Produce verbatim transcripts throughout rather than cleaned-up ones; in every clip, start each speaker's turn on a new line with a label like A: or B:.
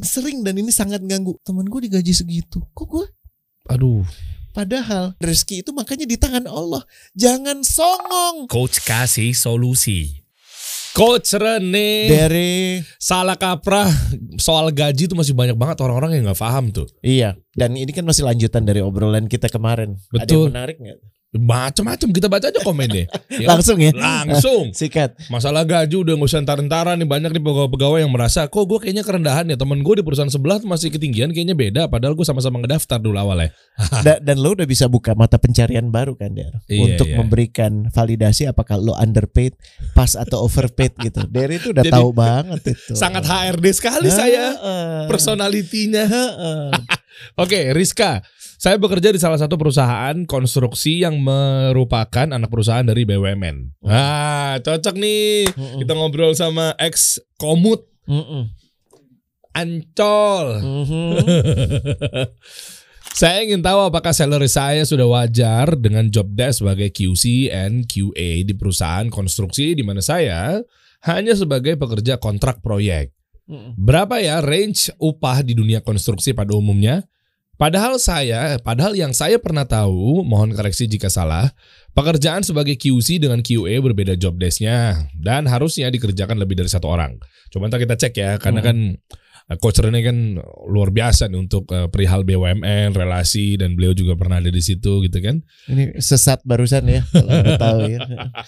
A: sering dan ini sangat ganggu. Temen gue digaji segitu, kok gue?
B: Aduh.
A: Padahal rezeki itu makanya di tangan Allah. Jangan songong.
B: Coach kasih solusi. Coach Rene
A: Dari
B: salah kaprah soal gaji itu masih banyak banget orang-orang yang nggak paham tuh.
A: Iya. Dan ini kan masih lanjutan dari obrolan kita kemarin.
B: Betul.
A: Ada yang menarik nggak?
B: Macam-macam kita baca aja komennya. Ya,
A: Langsung ya.
B: Langsung.
A: Sikat.
B: Masalah gaji udah nggak usah entar-entaran nih, banyak nih pegawai-pegawai yang merasa kok gue kayaknya kerendahan ya, temen gue di perusahaan sebelah tuh masih ketinggian kayaknya beda, padahal gue sama-sama ngedaftar dulu awalnya.
A: da, dan lo udah bisa buka mata pencarian baru kan Der,
B: Iya,
A: untuk
B: iya.
A: memberikan validasi apakah lo underpaid, pas atau overpaid gitu. Der itu udah
B: Jadi,
A: tahu banget itu.
B: Sangat H R D sekali saya personalitinya. Oke, Rizka. Saya bekerja di salah satu perusahaan konstruksi yang merupakan anak perusahaan dari B U M N. Ah, cocok nih.
A: Mm-mm.
B: Kita ngobrol sama ex komut
A: Mm-mm.
B: Ancol.
A: Mhm.
B: Saya ingin tahu apakah salary saya sudah wajar dengan job desk sebagai Q C and Q A di perusahaan konstruksi di mana saya hanya sebagai pekerja kontrak proyek.
A: Mm-mm.
B: Berapa ya range upah di dunia konstruksi pada umumnya? Padahal saya, padahal yang saya pernah tahu, mohon koreksi jika salah, pekerjaan sebagai Q C dengan Q A berbeda job desk-nya dan harusnya dikerjakan lebih dari satu orang. Coba ntar kita cek ya, karena kan Coach Rene kan luar biasa nih untuk uh, perihal B U M N, relasi, dan beliau juga pernah ada di situ gitu kan.
A: Ini sesat barusan ya, kalau Anda tahu ya.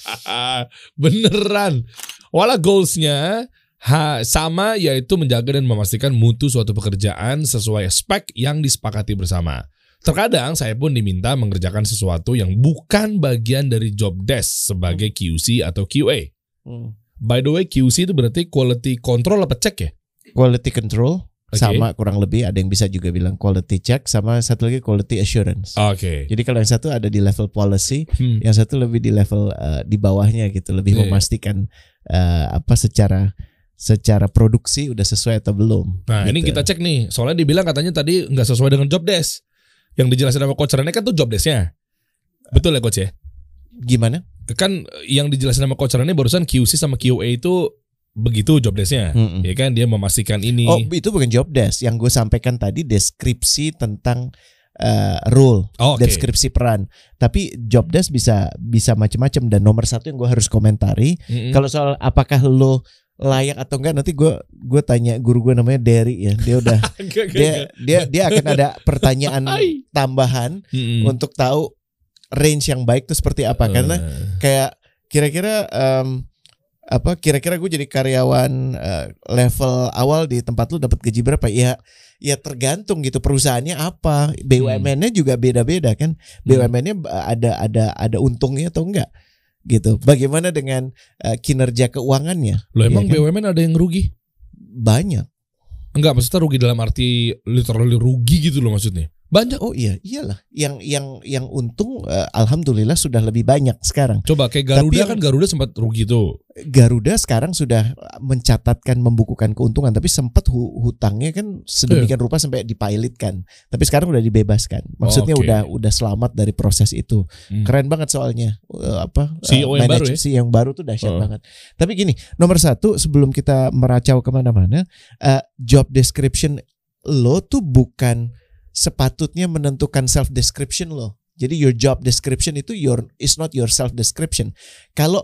B: Beneran. Walau goals-nya Ha, sama yaitu menjaga dan memastikan mutu suatu pekerjaan sesuai spek yang disepakati bersama. Terkadang saya pun diminta mengerjakan sesuatu yang bukan bagian dari job desk sebagai Q C atau Q A.
A: Hmm.
B: By the way, Q C itu berarti quality control apa cek ya?
A: Quality control.
B: Okay.
A: Sama kurang lebih, ada yang bisa juga bilang quality check, sama satu lagi quality assurance.
B: Oke. Okay.
A: Jadi kalau yang satu ada di level policy,
B: Hmm.
A: yang satu lebih di level uh, di bawahnya gitu, lebih
B: Yeah.
A: memastikan uh, apa secara secara produksi udah sesuai atau belum.
B: Nah,
A: gitu.
B: ini kita cek nih. Soalnya dibilang katanya tadi nggak sesuai dengan job desk. Yang dijelasin sama Coach Rene kan tuh job desk-nya. Betul ya Coach ya?
A: Gimana?
B: Kan yang dijelasin sama Coach Rene barusan Q C sama Q A itu begitu job desk-nya.
A: Mm-mm.
B: Ya kan dia memastikan ini.
A: Oh, itu bukan job desk. Yang gue sampaikan tadi deskripsi tentang uh, role,
B: Oh, okay.
A: deskripsi peran. Tapi job desk bisa bisa macam-macam, dan nomor satu yang gue harus komentari,
B: Mm-mm.
A: kalau soal apakah lo layak atau enggak, nanti gue gue tanya guru gue namanya Derry ya, dia udah
B: Enggak, enggak,
A: dia
B: enggak.
A: dia dia akan ada pertanyaan
B: Hai.
A: tambahan
B: Mm-mm.
A: untuk tahu range yang baik itu seperti apa. Karena
B: Eh,
A: kayak kira-kira em, apa kira-kira gue jadi karyawan eh, level awal di tempat lu dapat gaji berapa ya? Ya tergantung gitu perusahaannya apa, B U M N-nya juga beda-beda kan. B U M N-nya ada ada ada untungnya atau enggak gitu. Bagaimana dengan uh, kinerja keuangannya?
B: Loh emang
A: ya kan?
B: B U M N ada yang rugi?
A: Banyak.
B: Enggak, maksudnya rugi dalam arti literally rugi gitu loh maksudnya. Banyak.
A: Oh iya, iyalah. Yang yang yang untung uh, alhamdulillah sudah lebih banyak sekarang.
B: Coba kayak Garuda.
A: Tapi yang-
B: kan Garuda sempat rugi tuh.
A: Garuda sekarang sudah mencatatkan membukukan keuntungan, tapi sempat hu- hutangnya kan sedemikian rupa sampai dipilotkan. Tapi sekarang udah dibebaskan. Maksudnya
B: Oke.
A: udah udah selamat dari proses itu.
B: Hmm.
A: Keren banget soalnya. Uh, apa
B: C E O
A: uh,
B: yang baru
A: manage-
B: ya?
A: C E O yang baru tuh dahsyat
B: Oh.
A: banget. Tapi gini, nomor satu sebelum kita meracau kemana-mana, uh, job description lo tuh bukan sepatutnya menentukan self description lo. Jadi your job description itu your is not your self description. Kalau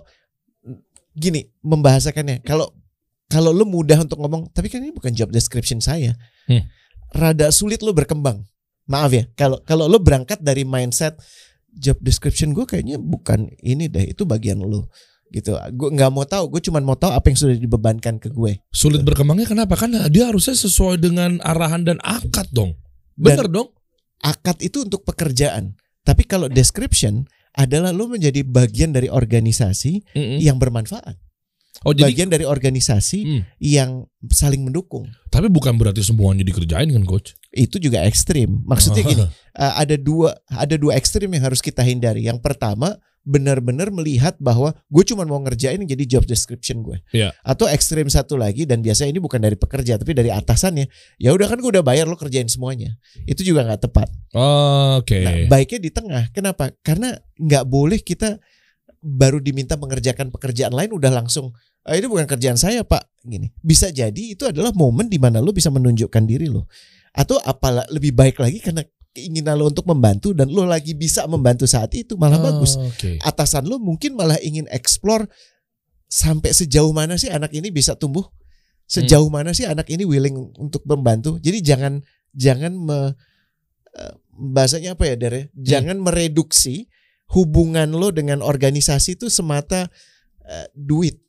A: gini membahasakannya, kalau kalau lo mudah untuk ngomong, tapi kan ini bukan job description saya.
B: Hmm.
A: Rada sulit lo berkembang. Maaf ya, kalau kalau lo berangkat dari mindset job description gue kayaknya bukan ini deh, itu bagian lo gitu. Gue nggak mau tahu, gue cuma mau tahu apa yang sudah dibebankan ke gue.
B: Sulit berkembangnya kenapa? Kan dia harusnya sesuai dengan arahan dan akad dong. Bener dong.
A: Akad itu untuk pekerjaan. Tapi kalau description adalah lo menjadi bagian dari organisasi
B: Mm-mm.
A: yang bermanfaat.
B: Oh jadi,
A: Bagian dari organisasi
B: Hmm.
A: yang saling mendukung.
B: tapi bukan berarti semuanya dikerjain kan coach?
A: Itu juga ekstrim. Maksudnya gini, uh, ada dua ada dua ekstrim yang harus kita hindari. Yang pertama, benar-benar melihat bahwa gue cuma mau ngerjain yang jadi job description gue.
B: Iya.
A: Atau ekstrim satu lagi, dan biasanya ini bukan dari pekerja tapi dari atasannya. Ya udah kan gue udah bayar, lo kerjain semuanya. Itu juga nggak tepat.
B: Oke.
A: Nah, baiknya di tengah. Kenapa? Karena nggak boleh kita baru diminta mengerjakan pekerjaan lain udah langsung ah, itu bukan kerjaan saya Pak. Gini, bisa jadi itu adalah momen di mana lo bisa menunjukkan diri lo. Atau apalah lebih baik lagi karena keinginan lo untuk membantu dan lo lagi bisa membantu saat itu malah
B: Oh,
A: bagus.
B: okay.
A: Atasan lo mungkin malah ingin explore sampai sejauh mana sih anak ini bisa tumbuh, sejauh mana sih anak ini willing untuk membantu. Jadi jangan jangan me, uh, bahasanya apa ya Dere? Jangan hmm. mereduksi hubungan lo dengan organisasi itu semata uh, duit.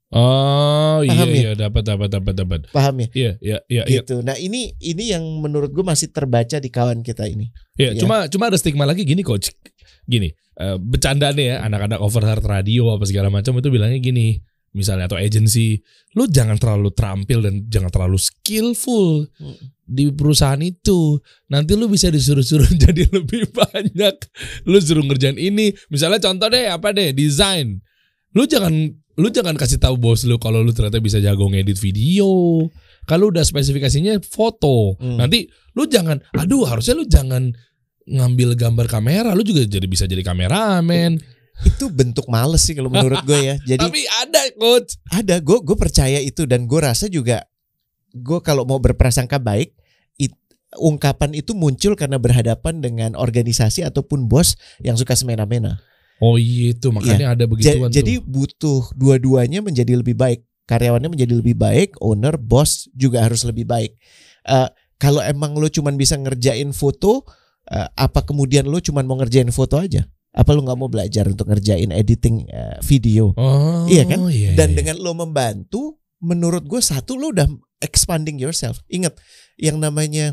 B: Oh
A: Paham
B: iya
A: ya?
B: iya dapat dapat dapat dapat.
A: Paham ya?
B: Iya iya iya.
A: Gitu. Nah ini ini yang menurut gue masih terbaca di kawan kita ini.
B: Iya.
A: Ya.
B: Cuma cuma ada stigma lagi gini coach. Gini, uh, bercanda nih ya anak-anak overheard radio apa segala macam itu bilangnya gini. Misalnya atau agensi, lu jangan terlalu terampil dan jangan terlalu skillful hmm. di perusahaan itu. Nanti lu bisa disuruh-suruh jadi lebih banyak. Lu suruh ngerjain ini. Misalnya contoh deh apa deh desain. Lu jangan lu jangan kasih tahu bos lu kalau lu ternyata bisa jago ngedit video. Kalau udah spesifikasinya foto. Hmm. Nanti lu jangan, aduh harusnya lu jangan ngambil gambar kamera, lu juga jadi bisa jadi kameramen.
A: Itu bentuk males sih kalau menurut gue ya. Jadi
B: tapi ada coach.
A: Ada, gue gue percaya itu dan gue rasa juga gue kalau mau berprasangka baik, it, ungkapan itu muncul karena berhadapan dengan organisasi ataupun bos yang suka semena-mena.
B: Oh iya itu makanya ya, ada begituan
A: j- Jadi
B: tuh.
A: butuh dua-duanya menjadi lebih baik. Karyawannya menjadi lebih baik, owner, bos juga harus lebih baik. Uh, kalau emang lo cuman bisa ngerjain foto, uh, apa kemudian lo cuman mau ngerjain foto aja? Apa lo nggak mau belajar untuk ngerjain editing uh, video?
B: Oh,
A: iya kan?
B: Iya,
A: Dan
B: iya.
A: dengan lo membantu, menurut gue satu lo udah expanding yourself. Ingat, yang namanya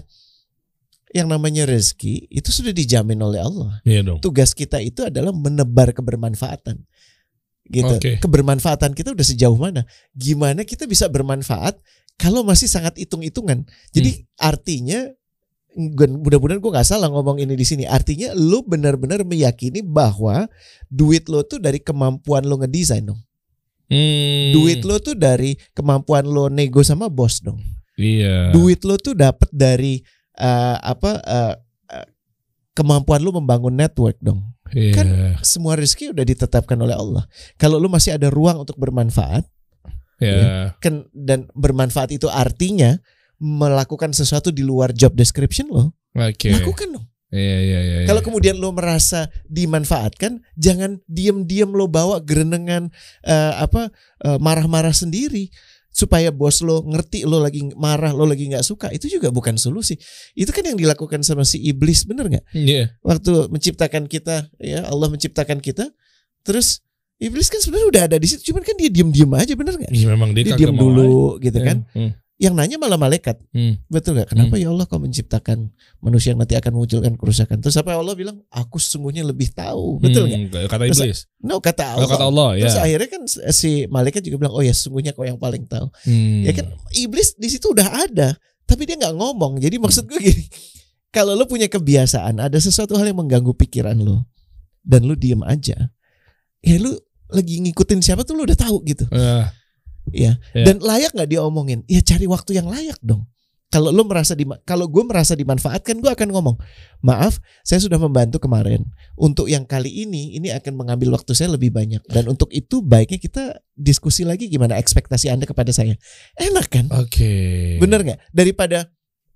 A: yang namanya rezeki itu sudah dijamin oleh Allah.
B: Iya dong.
A: Tugas kita itu adalah menebar kebermanfaatan. Gitu.
B: Okay.
A: Kebermanfaatan kita udah sejauh mana? Gimana kita bisa bermanfaat kalau masih sangat hitung-hitungan? Jadi hmm. artinya, mudah-mudahan gue nggak salah ngomong ini di sini. Artinya lo benar-benar meyakini bahwa duit lo tuh dari kemampuan lo ngedesain dong.
B: Hmm.
A: Duit lo tuh dari kemampuan lo nego sama bos dong.
B: Iya.
A: Duit lo tuh dapat dari uh, apa uh, uh, kemampuan lo membangun network dong.
B: Iya.
A: Kan semua rezeki udah ditetapkan oleh Allah. Kalau lo masih ada ruang untuk bermanfaat,
B: iya.
A: ya, kan dan bermanfaat itu artinya melakukan sesuatu di luar job description lo,
B: okay.
A: lakukan dong.
B: Iya, iya, iya,
A: Kalau
B: iya.
A: kemudian lo merasa dimanfaatkan, jangan diem-diem lo bawa gerenengan uh, apa uh, marah-marah sendiri supaya bos lo ngerti lo lagi marah, lo lagi nggak suka. Itu juga bukan solusi. Itu kan yang dilakukan sama si iblis, bener nggak?
B: Iya. Yeah.
A: Waktu menciptakan kita, ya Allah menciptakan kita, terus iblis kan sebenarnya udah ada di situ, cuman kan dia diem-diem aja, bener nggak?
B: Iya, memang dia,
A: dia diem dulu, gitu
B: yeah.
A: kan? Hmm. Yang nanya malah malaikat, hmm. betul gak? Kenapa hmm. ya Allah kau menciptakan manusia yang nanti akan memunculkan kerusakan? Terus apa Allah bilang? Aku sesungguhnya lebih tahu, betul
B: hmm.
A: gak?
B: Kata
A: Terus,
B: iblis.
A: No, kata Allah.
B: Oh, kata Allah ya.
A: Terus akhirnya kan si malaikat juga bilang, oh ya sesungguhnya kau yang paling tahu.
B: Hmm.
A: Ya kan iblis di situ udah ada, tapi dia nggak ngomong. Jadi maksud gue gini, kalau lo punya kebiasaan, ada sesuatu hal yang mengganggu pikiran lo, dan lo diem aja, ya lo lagi ngikutin siapa tuh lo udah tahu gitu.
B: Uh.
A: Ya,
B: yeah.
A: Dan layak nggak dia omongin? Ya cari waktu yang layak dong. Kalau lo merasa di, kalau gue merasa dimanfaatkan, gue akan ngomong, maaf, saya sudah membantu kemarin. Untuk yang kali ini, ini akan mengambil waktu saya lebih banyak. Dan untuk itu baiknya kita diskusi lagi gimana ekspektasi Anda kepada saya. Enak kan?
B: Oke. Okay.
A: Bener nggak? Daripada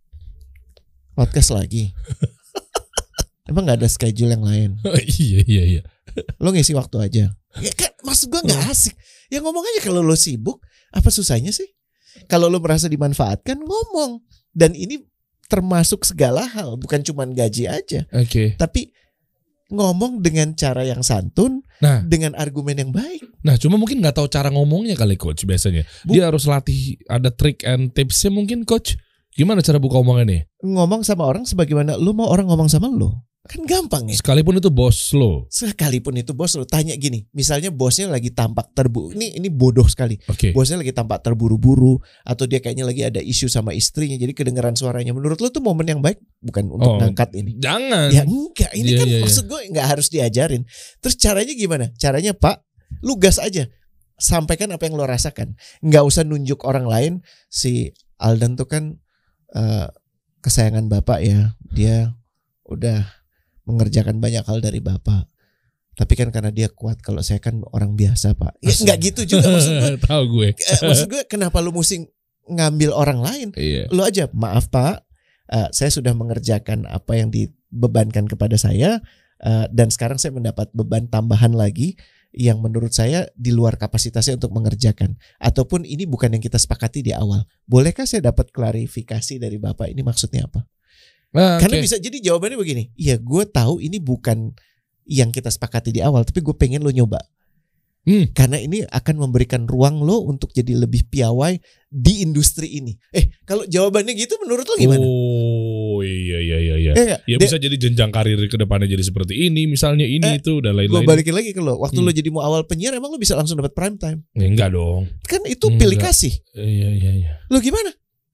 A: podcast lagi. Emang nggak ada schedule yang lain?
B: Oh, iya iya iya.
A: Lo ngisi waktu aja. Ya kan, maksud gue nggak asik. Ya ngomong aja kalau lo sibuk, apa susahnya sih? Kalau lo merasa dimanfaatkan, ngomong. Dan ini termasuk segala hal, bukan cuma gaji aja.
B: Oke. Okay.
A: Tapi ngomong dengan cara yang santun,
B: nah,
A: dengan argumen yang baik.
B: Nah, cuma mungkin nggak tahu cara ngomongnya kali coach biasanya. Bu- Dia harus latih, ada trik and tipsnya mungkin coach. Gimana cara buka omongan nih?
A: Ngomong sama orang sebagaimana lu mau orang ngomong sama lu. Kan gampang ya.
B: Sekalipun itu bos lo.
A: Sekalipun itu bos lo, tanya gini. Misalnya bosnya lagi tampak terburu. Ini ini bodoh sekali.
B: Okay.
A: Bosnya lagi tampak terburu-buru, atau dia kayaknya lagi ada isu sama istrinya, jadi kedengeran suaranya. Menurut lo tuh momen yang baik bukan untuk
B: oh,
A: ngangkat ini?
B: Jangan.
A: Ya enggak. Ini
B: yeah,
A: kan
B: yeah,
A: maksud gue nggak harus diajarin. Terus caranya gimana? Caranya Pak, lu gas aja. Sampaikan apa yang lo rasakan. Nggak usah nunjuk orang lain. Si Aldan tuh kan uh, kesayangan Bapak ya. Dia udah mengerjakan banyak hal dari Bapak. Tapi kan karena dia kuat, kalau saya kan orang biasa Pak. Ya nggak gitu juga maksud gue.
B: Tahu gue.
A: Eh, maksud gue kenapa lu mesti ngambil orang lain?
B: Iya.
A: Lu aja, maaf Pak, uh, saya sudah mengerjakan apa yang dibebankan kepada saya, uh, dan sekarang saya mendapat beban tambahan lagi yang menurut saya di luar kapasitasnya untuk mengerjakan. Ataupun ini bukan yang kita sepakati di awal. Bolehkah saya dapat klarifikasi dari Bapak, ini maksudnya apa?
B: Nah,
A: Karena
B: okay.
A: bisa jadi jawabannya begini, iya gue tahu ini bukan yang kita sepakati di awal, tapi gue pengen lo nyoba. Hmm. Karena ini akan memberikan ruang lo untuk jadi lebih piawai di industri ini. Eh, kalau jawabannya gitu menurut lo gimana?
B: Oh iya iya iya iya.
A: Eh,
B: ya bisa jadi jenjang karir ke depannya jadi seperti ini, misalnya ini
A: eh,
B: itu dan lain-lain.
A: Gue balikin lagi ke lo. Waktu
B: hmm.
A: lo jadi mau awal penyiar, emang lo bisa langsung dapat prime time?
B: Ya, enggak dong.
A: Kan itu pilih kasih.
B: Iya iya iya.
A: Lo gimana?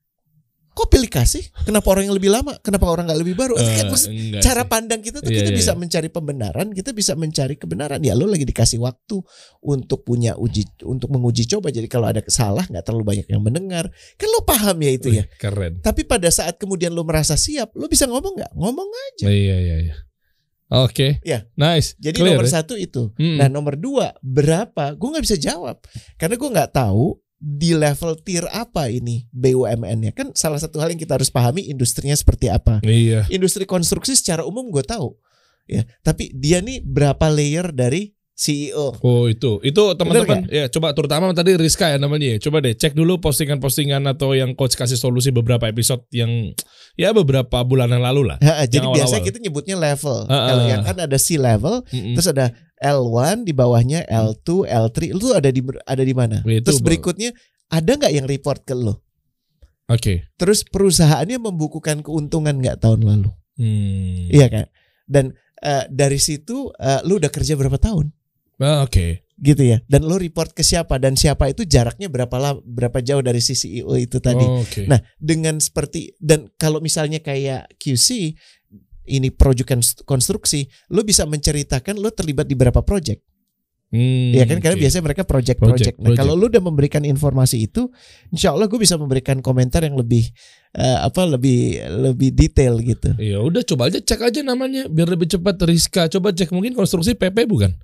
A: Kok pilih kasih? Kenapa orang yang lebih lama? Kenapa orang nggak lebih baru? Uh, kan, cara sih. Pandang kita tuh yeah, kita yeah, bisa yeah. mencari pembenaran, kita bisa mencari kebenaran. Ya lo lagi dikasih waktu untuk punya uji, untuk menguji coba. Jadi kalau ada salah nggak terlalu banyak yang mendengar. Kan lo paham ya itu ya.
B: Keren.
A: Tapi pada saat kemudian lo merasa siap, lo bisa ngomong nggak? Ngomong aja.
B: Iya iya iya. Oke. Okay.
A: Ya.
B: Nice.
A: Jadi
B: Clear,
A: nomor
B: ya?
A: satu itu.
B: Hmm.
A: Nah nomor dua berapa? Gue nggak bisa jawab karena gue nggak tahu di level tier apa ini B U M N-nya. Kan salah satu hal yang kita harus pahami industrinya seperti apa.
B: Iya.
A: Industri konstruksi secara umum gue tahu. Ya, tapi dia nih berapa layer dari C E O.
B: Oh itu. Itu teman-teman ya coba terutama tadi Rizka ya namanya ya. Coba deh cek dulu postingan-postingan atau yang coach kasih solusi beberapa episode yang ya beberapa bulan yang lalu lah.
A: Ha, jadi
B: awal-awal.
A: biasanya kita nyebutnya level.
B: Ha, ha.
A: Kalau yang kan ada C level, mm-mm. terus ada L one di bawahnya, L two, L three, itu ada di ada di mana? Itu terus berikutnya ada nggak yang report ke lo?
B: Oke. Okay.
A: Terus perusahaannya membukukan keuntungan nggak tahun lalu?
B: Hmm.
A: Iya kan? Dan uh, dari situ uh, lo udah kerja berapa tahun?
B: Ah, Oke. Okay.
A: Gitu ya. Dan lo report ke siapa dan siapa itu jaraknya berapa lah, berapa jauh dari si C E O itu tadi.
B: Oh, okay.
A: Nah dengan seperti dan kalau misalnya kayak Q C ini proyek konstruksi, lo bisa menceritakan lo terlibat di berapa proyek.
B: Hmm,
A: ya kan, karena
B: okay.
A: biasanya mereka project-project. Nah,
B: project.
A: kalau lu udah memberikan informasi itu, insya Allah gue bisa memberikan komentar yang lebih uh, apa lebih lebih detail gitu.
B: Ya udah coba aja cek aja namanya biar lebih cepat. Rizka coba cek, mungkin konstruksi P P bukan?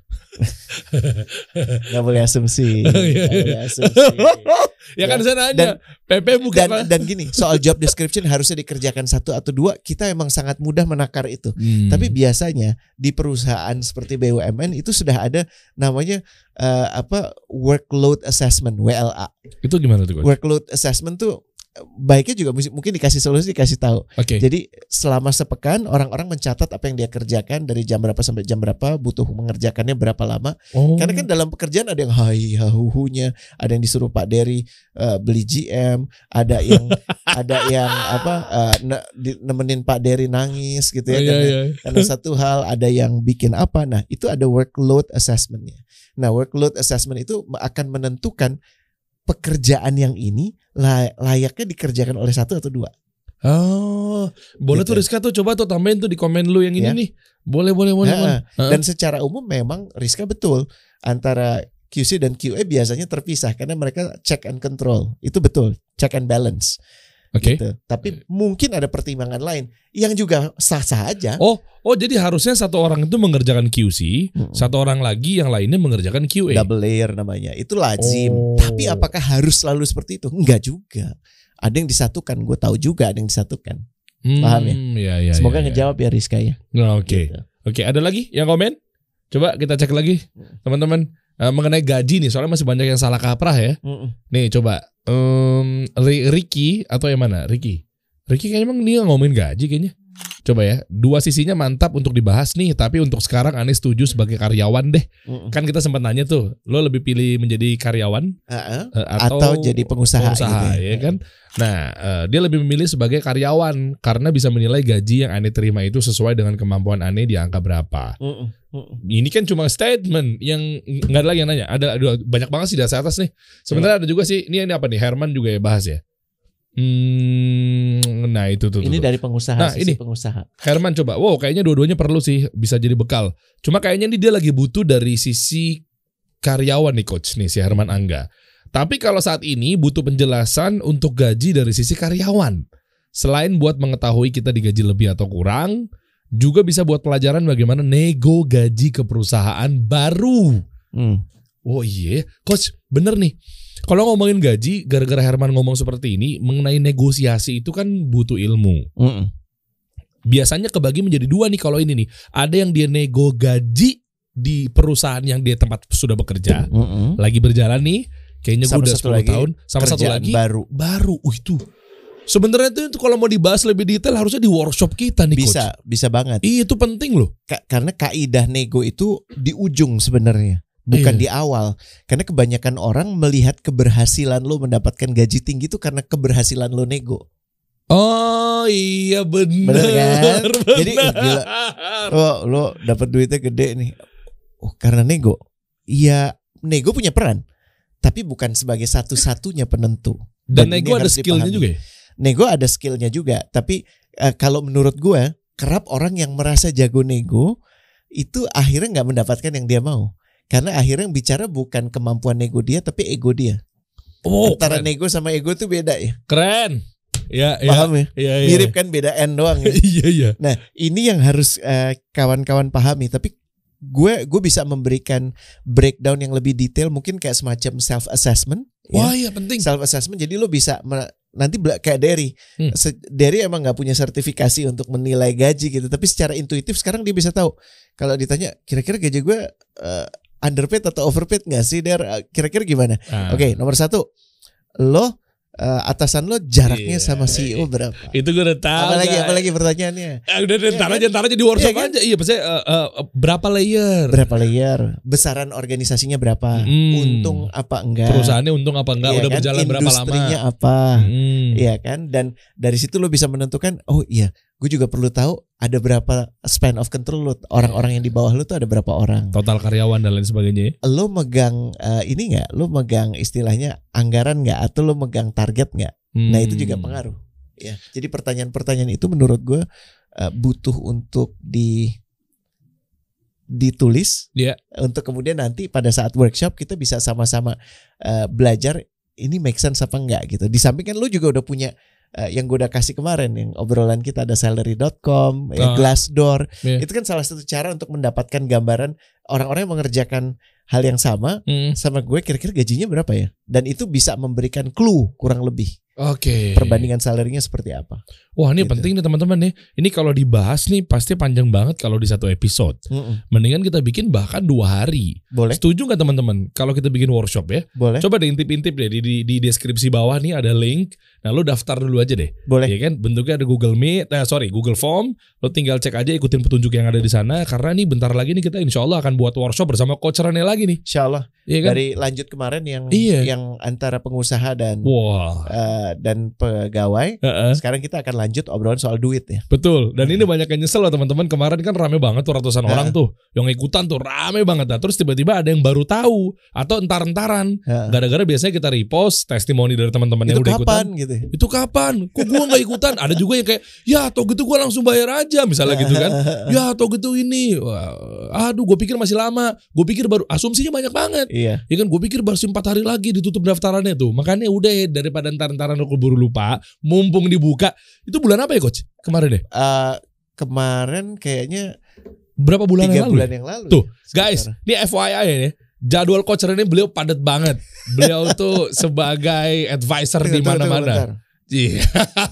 A: Gak boleh asumsi. Gak boleh asumsi.
B: Ya kan saya nanya, P P bukan?
A: Dan, dan gini, soal job description harusnya dikerjakan satu atau dua. Kita emang sangat mudah menakar itu. Hmm. Tapi biasanya di perusahaan seperti B U M N itu sudah ada namanya uh, apa workload assessment W L A.
B: Itu gimana tuh?
A: Workload assessment tuh baiknya juga mungkin dikasih solusi, dikasih tahu.
B: Okay.
A: Jadi selama sepekan orang-orang mencatat apa yang dia kerjakan dari jam berapa sampai jam berapa, butuh mengerjakannya berapa lama. Oh. Karena kan dalam pekerjaan ada yang hai hahuhunya, ada yang disuruh Pak Dery uh, beli G M, ada yang ada yang apa uh, ne- nemenin Pak Dery nangis gitu ya. Oh, karena, iya, iya. karena satu hal, ada yang bikin apa. Nah itu ada workload assessmentnya. Nah workload assessment itu akan menentukan pekerjaan yang ini layaknya dikerjakan oleh satu atau dua.
B: Oh, boleh gitu. Tuh Rizka tuh coba tuh tambahin tuh di komen lu yang ini ya. Nih. Boleh, boleh, boleh.
A: Nah, dan secara umum memang Rizka betul antara Q C dan Q A biasanya terpisah karena mereka check and control. Itu betul, check and balance.
B: Oke. Okay.
A: Gitu. Tapi mungkin ada pertimbangan lain yang juga sah-sah aja.
B: Oh, oh jadi harusnya satu orang itu mengerjakan Q C, hmm. satu orang lagi yang lainnya mengerjakan Q A.
A: Double layer namanya. Itu lazim.
B: Oh.
A: Tapi apakah harus selalu seperti itu? Enggak juga. Ada yang disatukan. Gue tahu juga ada yang disatukan.
B: Hmm,
A: Paham ya?
B: ya, ya
A: Semoga
B: ya,
A: ngejawab ya, ya Rizka ya.
B: Oke. Okay.
A: Gitu.
B: Oke, okay, ada lagi yang komen? Coba kita cek lagi, teman-teman. Uh, mengenai gaji nih, soalnya masih banyak yang salah kaprah ya. Mm-mm. Nih coba um, Ricky atau yang mana? Ricky. Ricky kayaknya emang dia ngomongin gaji kayaknya. Coba ya, dua sisinya mantap untuk dibahas nih, tapi untuk sekarang Anies setuju sebagai karyawan deh. Mm-mm. Kan kita sempat nanya tuh, lo lebih pilih menjadi karyawan
A: uh-uh.
B: uh, atau,
A: atau jadi pengusaha,
B: pengusaha gitu ya, ya kan? Nah, uh, dia lebih memilih sebagai karyawan karena bisa menilai gaji yang Ane terima itu sesuai dengan kemampuan Ane di angka berapa. Mm-mm. Mm-mm. Ini kan cuma statement yang nggak ada lagi yang nanya. Ada, ada banyak banget sih di atas nih. Sebenarnya mm. ada juga sih. Ini ini apa nih? Herman juga ya bahas ya. Hmm, nah itu tuh.
A: Ini tuh. Dari pengusaha,
B: nah,
A: sisi
B: ini
A: pengusaha.
B: Herman coba. Wow, kayaknya dua-duanya perlu sih, bisa jadi bekal. Cuma kayaknya nih dia lagi butuh dari sisi karyawan nih coach nih si Herman Angga. Tapi kalau saat ini butuh penjelasan untuk gaji dari sisi karyawan. Selain buat mengetahui kita digaji lebih atau kurang, Juga bisa buat pelajaran bagaimana nego gaji ke perusahaan baru.
A: Hmm.
B: Oh iya, Coach, bener nih. Kalau ngomongin gaji, gara-gara Herman ngomong seperti ini, mengenai negosiasi itu kan butuh ilmu.
A: Mm-mm.
B: Biasanya kebagi menjadi dua nih kalau ini nih. Ada yang dia nego gaji di perusahaan yang dia tempat sudah bekerja,
A: Mm-mm.
B: lagi berjalan nih, kayaknya gue
A: Sama
B: udah
A: satu
B: sepuluh
A: lagi,
B: tahun, sama satu
A: kerjaan
B: lagi
A: baru.
B: baru. Uh, itu sebenarnya itu kalau mau dibahas lebih detail harusnya di workshop kita nih,
A: Bisa,
B: Coach.
A: bisa banget.
B: Iya, itu penting loh.
A: Ka- karena kaidah nego itu di ujung sebenarnya, bukan
B: Iya.
A: di awal. Karena kebanyakan orang melihat keberhasilan lo mendapatkan gaji tinggi itu karena keberhasilan lo nego.
B: Oh iya bener.
A: Bener kan? Jadi,
B: Bener.
A: eh, gila. Oh, lo dapat duitnya gede nih. Oh, karena nego. Iya, nego punya peran, tapi bukan sebagai satu-satunya penentu.
B: Dan
A: ini
B: nego ada
A: harus
B: skillnya
A: dipahami.
B: juga ya?
A: Nego ada skillnya juga, tapi eh, kalau menurut gue, kerap orang yang merasa jago nego itu akhirnya nggak mendapatkan yang dia mau, karena akhirnya yang bicara bukan kemampuan nego dia, tapi ego dia.
B: Oh,
A: Antara
B: keren.
A: nego sama ego tuh beda ya,
B: Keren. Ya, ya.
A: paham ya?
B: Ya, ya.
A: Mirip kan, beda end doang ya.
B: Iya, iya.
A: Nah, ini yang harus eh, kawan-kawan pahami. Tapi gue gue bisa memberikan breakdown yang lebih detail, mungkin kayak semacam self assessment.
B: Wah, iya penting.
A: Self assessment. Jadi lo bisa me- nanti bela- kayak Derry.
B: Hmm.
A: Se- Derry emang nggak punya sertifikasi untuk menilai gaji gitu, tapi secara intuitif sekarang dia bisa tahu. Kalau ditanya kira-kira gaji gue eh, underpaid atau overpaid nggak sih, Der? Eh, Kira-kira gimana?
B: Ah.
A: Oke, nomor satu, lo eh, atasan lo jaraknya
B: Iya,
A: sama C E O
B: iya.
A: berapa?
B: Itu gue udah tahu.
A: Apalagi
B: guys.
A: apalagi pertanyaannya.
B: Ah, udah, udah,
A: Iya
B: ntar
A: kan?
B: aja, ntar aja di workshop
A: Iya kan?
B: aja. Iya, maksudnya uh, uh, berapa layer?
A: Berapa layer? Besaran organisasinya berapa?
B: Hmm.
A: Untung apa enggak?
B: Perusahaannya untung apa enggak?
A: Iya
B: Udah
A: kan?
B: berjalan berapa lama?
A: Industrinya apa?
B: Hmm.
A: Iya kan? Dan dari situ lo bisa menentukan, oh iya, gue juga perlu tahu ada berapa span of control lo, orang-orang yang di bawah lo tuh ada berapa orang.
B: Total karyawan dan lain sebagainya. ya?
A: Lo megang eh, ini nggak? Lo megang istilahnya anggaran nggak? Atau lo megang target nggak?
B: Hmm.
A: Nah itu juga pengaruh. Ya, jadi pertanyaan-pertanyaan itu menurut gue eh, butuh untuk di ditulis.
B: Iya.
A: Untuk kemudian nanti pada saat workshop kita bisa sama-sama eh, belajar ini make sense apa enggak gitu. Di samping kan lo juga udah punya eh, yang gue udah kasih kemarin, yang obrolan kita ada salary dot com, ya,
B: Ah.
A: Glassdoor.
B: Iya.
A: Itu kan salah satu cara untuk mendapatkan gambaran orang-orang yang mengerjakan hal yang sama
B: Hmm.
A: sama gue, kira-kira gajinya berapa ya. Dan itu bisa memberikan clue kurang lebih
B: Oke.
A: perbandingan salarinya seperti apa.
B: Wah, ini
A: Gitu.
B: penting nih teman-teman nih. Ini kalau dibahas nih pasti panjang banget kalau di satu episode.
A: Mm-mm.
B: Mendingan kita bikin bahkan dua hari.
A: Boleh,
B: Setuju nggak teman-teman? Kalau kita bikin workshop ya,
A: boleh,
B: coba deh intip-intip deh di, di, di deskripsi bawah nih ada link. Nah, lu daftar dulu aja deh.
A: boleh.
B: Ya kan, bentuknya ada Google Meet, nah sorry Google Form. Lo tinggal cek aja, ikutin petunjuk yang ada di sana. Karena nih bentar lagi nih kita insya Allah akan buat workshop bersama Coach Rene lagi nih.
A: Insya Allah.
B: Iya kan?
A: Dari lanjut kemarin yang
B: Iya.
A: yang antara pengusaha dan
B: Wah,
A: eh, dan pegawai.
B: Heeh.
A: Sekarang kita akan lanjut obrolan soal duit ya.
B: betul. Dan ini banyak yang nyesel loh teman-teman. Kemarin kan rame banget tuh ratusan
A: Heeh.
B: orang tuh yang ikutan tuh rame banget. Nah, terus tiba-tiba ada yang baru tahu atau entar-entaran.
A: Heeh.
B: Gara-gara biasanya kita repost testimoni dari teman-teman yang
A: Itu
B: udah
A: kapan
B: ikutan.
A: gitu?
B: Itu kapan? Kok gua nggak ikutan? Ada juga yang kayak, ya atau gitu gua langsung bayar aja misalnya gitu kan. Ya atau gitu ini. Wah, aduh, gue pikir masih lama. Gue pikir baru asumsinya banyak banget.
A: Iya.
B: Ya kan, gue pikir baru empat hari lagi ditutup daftarannya tuh. Makanya udah daripada entar-entaran aku buru lupa, mumpung dibuka. Itu bulan apa ya Coach? Kemarin deh.
A: Eh, kemarin kayaknya
B: Berapa bulan
A: tiga
B: yang lalu?
A: bulan yang lalu.
B: Tuh,
A: ya,
B: guys,
A: sekitar.
B: ini F Y I ya. Jadwal Coach Rene beliau padat banget. Beliau tuh sebagai advisor
A: Tunggu,
B: di
A: tunggu, tunggu,
B: mana-mana.
A: bentar.
B: Iya.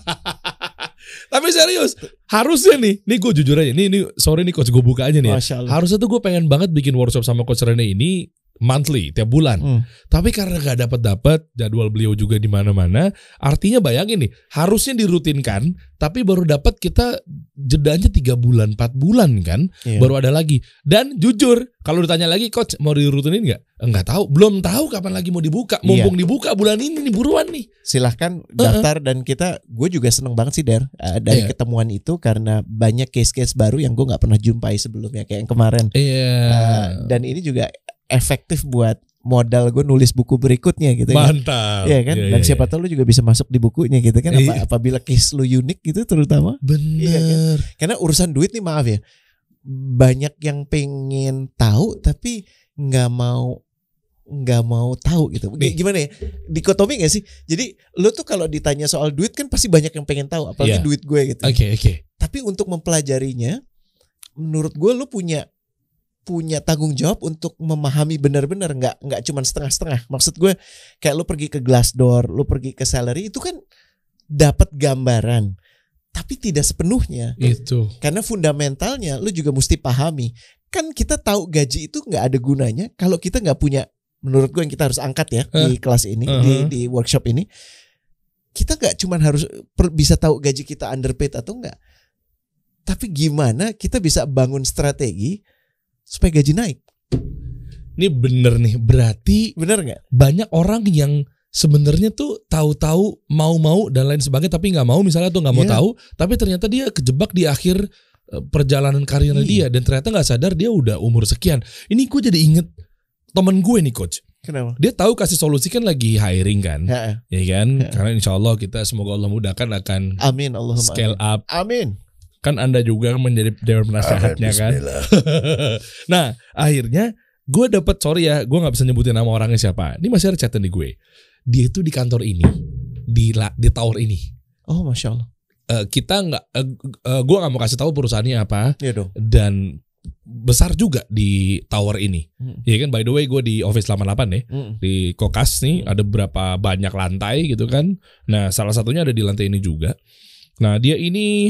B: Tapi serius, harusnya nih, nih gue jujur aja, nih, nih sorry nih Coach, gue buka aja nih ya.
A: Masya Allah.
B: Harusnya tuh gue pengen banget bikin workshop sama Coach Rene ini monthly, tiap bulan.
A: Hmm.
B: Tapi karena gak dapat-dapat, jadwal beliau juga di mana-mana, artinya bayangin nih, harusnya dirutinkan, tapi baru dapat kita jedanya tiga bulan, empat bulan kan,
A: Iya.
B: baru ada lagi. Dan jujur, kalau ditanya lagi, Coach mau dirutinin nggak? Enggak tahu, belum tahu kapan lagi mau dibuka. Mumpung dibuka bulan ini nih, buruan nih.
A: Silahkan daftar dan kita, gue juga seneng banget sih Der eh, dari
B: Iya.
A: ketemuan itu, karena banyak case-case baru yang gue nggak pernah jumpai sebelumnya kayak yang kemarin.
B: Iya.
A: Eh, dan ini juga efektif buat modal gue nulis buku berikutnya gitu kan.
B: Mantap.
A: Iya kan,
B: Iya,
A: dan
B: iya,
A: siapa
B: iya.
A: tahu lu juga bisa masuk di bukunya gitu kan. Apa,
B: Iya.
A: apabila case lu unik gitu terutama.
B: Bener.
A: Iya kan? Karena urusan duit nih, maaf ya, banyak yang pengen tahu tapi nggak mau nggak mau tahu gitu.
B: Nih.
A: Gimana ya? Dikotomi gak sih? Jadi lu tuh kalau ditanya soal duit kan pasti banyak yang pengen tahu, apalagi
B: Iya.
A: duit gue gitu.
B: Oke, oke.
A: Tapi untuk mempelajarinya menurut gue lu punya punya tanggung jawab untuk memahami benar-benar, nggak nggak cuma setengah-setengah. Maksud gue kayak lu pergi ke Glassdoor, lu pergi ke Salary, itu kan dapat gambaran, tapi tidak sepenuhnya.
B: Itu.
A: Karena fundamentalnya lu juga mesti pahami. Kan kita tahu gaji itu nggak ada gunanya kalau kita nggak punya, menurut gue yang kita harus angkat ya uh, di kelas ini, uh-huh. di di workshop ini. Kita nggak cuma harus per, bisa tahu gaji kita underpaid atau enggak, tapi gimana kita bisa bangun strategi supaya gaji naik.
B: Ini bener nih, berarti
A: bener nggak?
B: Banyak orang yang sebenarnya tuh tahu-tahu mau-mau dan lain sebagainya, tapi nggak mau misalnya tuh nggak mau yeah. tahu, tapi ternyata dia kejebak di akhir perjalanan karirnya yeah. dia, dan ternyata nggak sadar dia udah umur sekian. Ini gue jadi inget temen gue nih coach.
A: Kenapa?
B: Dia tahu kasih solusi kan lagi hiring kan,
A: ya,
B: ya kan?
A: Ya.
B: Karena insya Allah kita semoga Allah mudahkan akan
A: Amin Allahumma
B: scale up.
A: Amin.
B: Kan Anda juga menjadi dewan penasehatnya kan. Nah akhirnya gue dapat, sorry ya, gue nggak bisa nyebutin nama orangnya siapa. Ini masih ada chatan di gue. Dia itu di kantor ini, di di tower ini.
A: Oh masya Allah.
B: Uh, kita nggak, uh, uh, gue nggak mau kasih tahu perusahaannya apa.
A: Iya dong.
B: Dan besar juga di tower ini.
A: Hmm.
B: Ya kan, by the way gue di Office delapan puluh delapan nih,
A: hmm.
B: di Kokas nih ada berapa banyak lantai gitu kan. Nah salah satunya ada di lantai ini juga. Nah dia ini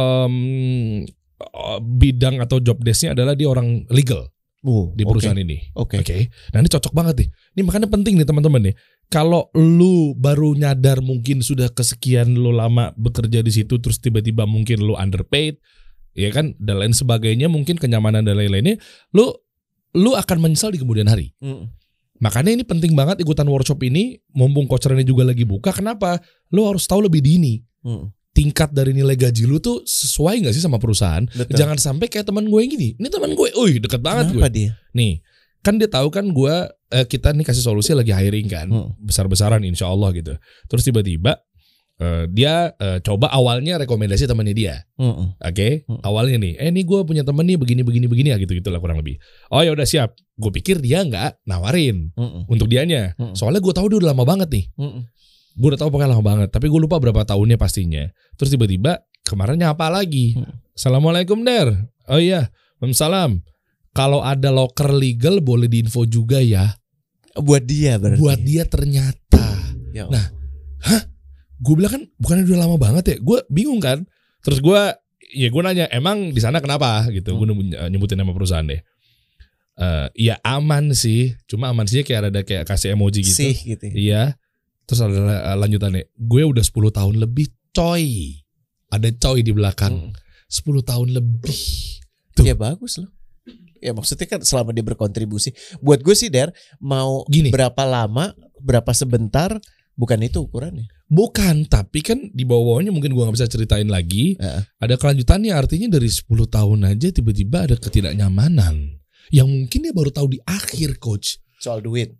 B: um, bidang atau job desk-nya adalah dia orang legal
A: oh,
B: di perusahaan
A: okay.
B: ini.
A: Oke.
B: Okay. Okay. Nah ini cocok banget nih. Ini makanya penting nih teman-teman nih. Kalau lu baru nyadar mungkin sudah kesekian lu lama bekerja di situ, terus tiba-tiba mungkin lu underpaid, ya kan, dan lain sebagainya, mungkin kenyamanan dan lain-lainnya, lu lu akan menyesal di kemudian hari. Mm. Makanya ini penting banget ikutan workshop ini, mumpung Coach Rene juga lagi buka. Kenapa? Lu harus tahu lebih dini. Mm. Tingkat dari nilai gaji lu tuh sesuai gak sih sama perusahaan? Betul. Jangan sampai kayak teman gue yang gini. Ini teman gue, uy deket banget.
A: Kenapa
B: gue.
A: Dia?
B: Nih, kan dia tahu kan gue, eh, kita nih kasih solusi lagi hiring kan, hmm. besar-besaran insya Allah gitu. Terus tiba-tiba eh, dia eh, coba awalnya rekomendasi temannya dia, hmm. oke? Okay? Hmm. Awalnya nih, eh nih gue punya temen nih begini-begini-begini ya gitu-gitu lah kurang lebih. Oh ya udah siap. Gue pikir dia nggak nawarin hmm. untuk dianya, hmm. soalnya gue tahu dia udah lama banget nih. Hmm. Gue udah tahu pokoknya lama banget, tapi gue lupa berapa tahunnya pastinya. Terus tiba-tiba kemarin nyapa lagi. Hmm. Assalamualaikum Der. Oh iya, Waalaikumsalam. Kalau ada loker legal boleh diinfo juga ya.
A: Buat dia berarti.
B: Buat dia ternyata. Ya nah, hah? Gue bilang kan bukannya udah lama banget ya. Gue bingung kan. Terus gue, ya gue nanya, emang di sana kenapa gitu? Hmm. Gue nyebutin nama perusahaan deh. Uh, ya aman sih. Cuma aman sih kayak ada kayak kasih emoji gitu.
A: Sih gitu.
B: Iya. Terus ada lanjutannya. Gue udah sepuluh tahun lebih coy. Ada coy di belakang. Hmm. sepuluh tahun lebih. Tuh.
A: Ya bagus loh. Ya maksudnya kan selama dia berkontribusi. Buat gue sih Der, mau
B: gini,
A: berapa lama, berapa sebentar, bukan itu ukurannya.
B: Bukan, tapi kan di bawahnya mungkin gue gak bisa ceritain lagi. Uh. Ada kelanjutannya, artinya dari sepuluh tahun aja tiba-tiba ada ketidaknyamanan. Yang mungkin dia baru tahu di akhir coach.
A: Soal duit.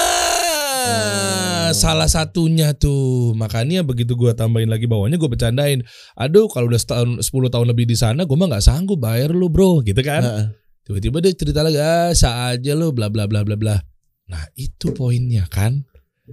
B: Ah, oh. Salah satunya tuh. Makanya begitu gue tambahin lagi bawahnya, gue bercandain. Aduh kalau udah setahun, sepuluh tahun lebih di sana, gue mah gak sanggup bayar lu bro, gitu kan. Uh. Tiba-tiba dia cerita lagi, ah sah aja lo bla bla bla bla bla. Nah itu poinnya kan.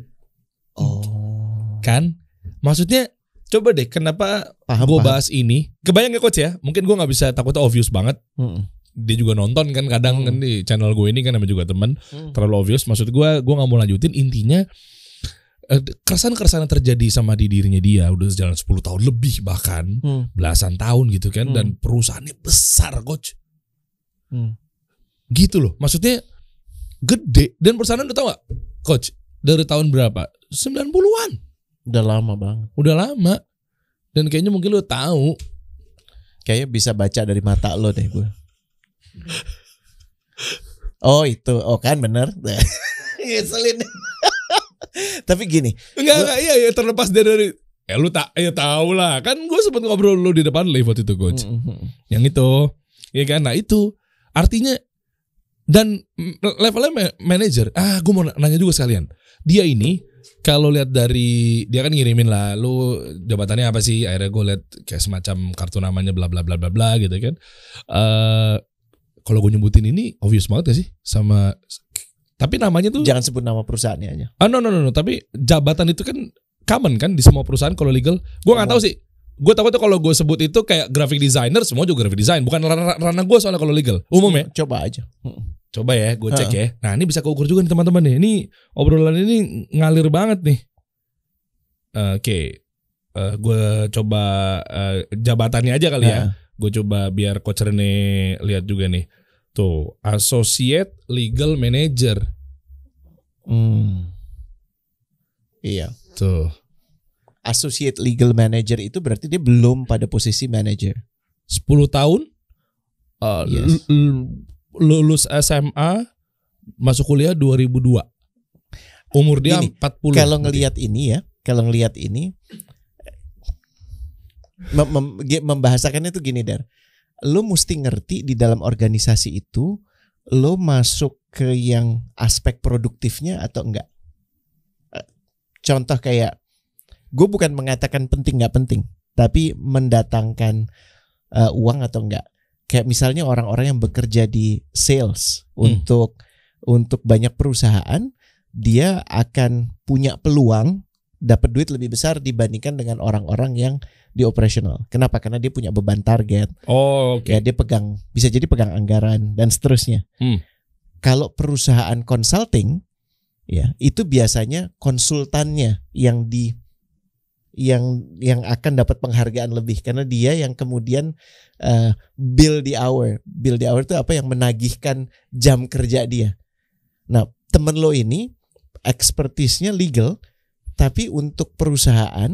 A: Oh.
B: Kan? Maksudnya coba deh kenapa gue bahas ini. Kebayang gak coach ya? Mungkin gue gak bisa, takutnya obvious banget. Hmm. Dia juga nonton kan kadang hmm. kan di channel gue ini kan namanya juga temen. Hmm. Terlalu obvious. Maksud gue, gue gak mau lanjutin. Intinya keresahan-keresahan yang terjadi sama di dirinya dia. Udah jalan sepuluh tahun lebih bahkan. Hmm. Belasan tahun gitu kan. Hmm. Dan perusahaannya besar coach. Hmm. Gitu loh, maksudnya gede. Dan perusahaan udah tau gak coach, dari tahun berapa? sembilan puluhan.
A: Udah lama banget.
B: Udah lama. Dan kayaknya mungkin lo tahu.
A: Kayaknya bisa baca dari mata lo deh gue. Oh itu, oh kan bener. Ngeselin. Tapi gini.
B: Enggak, gua, enggak, iya, iya terlepas dari eh lu tak, ya tahu lah. Kan gue sempet ngobrol lu di depan live waktu itu coach. Mm-hmm. Yang itu, ya kan, nah itu. Artinya dan levelnya manager. Ah, gue mau nanya juga sekalian. Dia ini kalau lihat dari dia kan ngirimin lah, lu jabatannya apa sih? Akhirnya gue lihat kayak semacam kartu namanya bla bla bla bla bla gitu kan. Uh, kalau gue nyebutin ini obvious banget gak sih sama? Tapi namanya tuh
A: jangan sebut nama perusahaannya aja.
B: Ah no no no no. Tapi jabatan itu kan common kan di semua perusahaan kalau legal. Gue nggak tahu sih. Gue takutnya kalau gue sebut itu kayak graphic designer, semua juga graphic design. Bukan ranah gue soalnya kalau legal. Umum ya.
A: Coba aja.
B: Coba ya, gue cek ya. Nah ini bisa keukur juga nih teman-teman nih. Ini obrolan ini ngalir banget nih. Uh, Oke, okay. uh, gue coba uh, jabatannya aja kali ya. Gue coba biar Coach Rene lihat juga nih. Tuh, Associate Legal Manager.
A: Hmm. Iya.
B: Tuh.
A: Associate Legal Manager itu berarti dia belum pada posisi manager.
B: sepuluh tahun. Uh, yes. Lulus S M A, masuk kuliah dua ribu dua. Umur dia Gini, empat puluh.
A: Kalau ngelihat ini ya, kalau ngelihat ini mem mem membahasakannya tuh gini, Dar. Lo mesti ngerti di dalam organisasi itu lo masuk ke yang aspek produktifnya atau enggak. Contoh kayak gue bukan mengatakan penting nggak penting, tapi mendatangkan uh, uang atau enggak. Kayak misalnya orang-orang yang bekerja di sales hmm. untuk untuk banyak perusahaan, dia akan punya peluang dapat duit lebih besar dibandingkan dengan orang-orang yang di operational. Kenapa? Karena dia punya beban target.
B: Oh, oke. Okay.
A: Ya, dia pegang, bisa jadi pegang anggaran dan seterusnya. Hmm. Kalau perusahaan consulting, ya itu biasanya konsultannya yang di yang yang akan dapat penghargaan lebih karena dia yang kemudian uh, bill the hour. Bill the hour itu apa? Yang menagihkan jam kerja dia. Nah, temen lo ini expertise-nya legal, tapi untuk perusahaan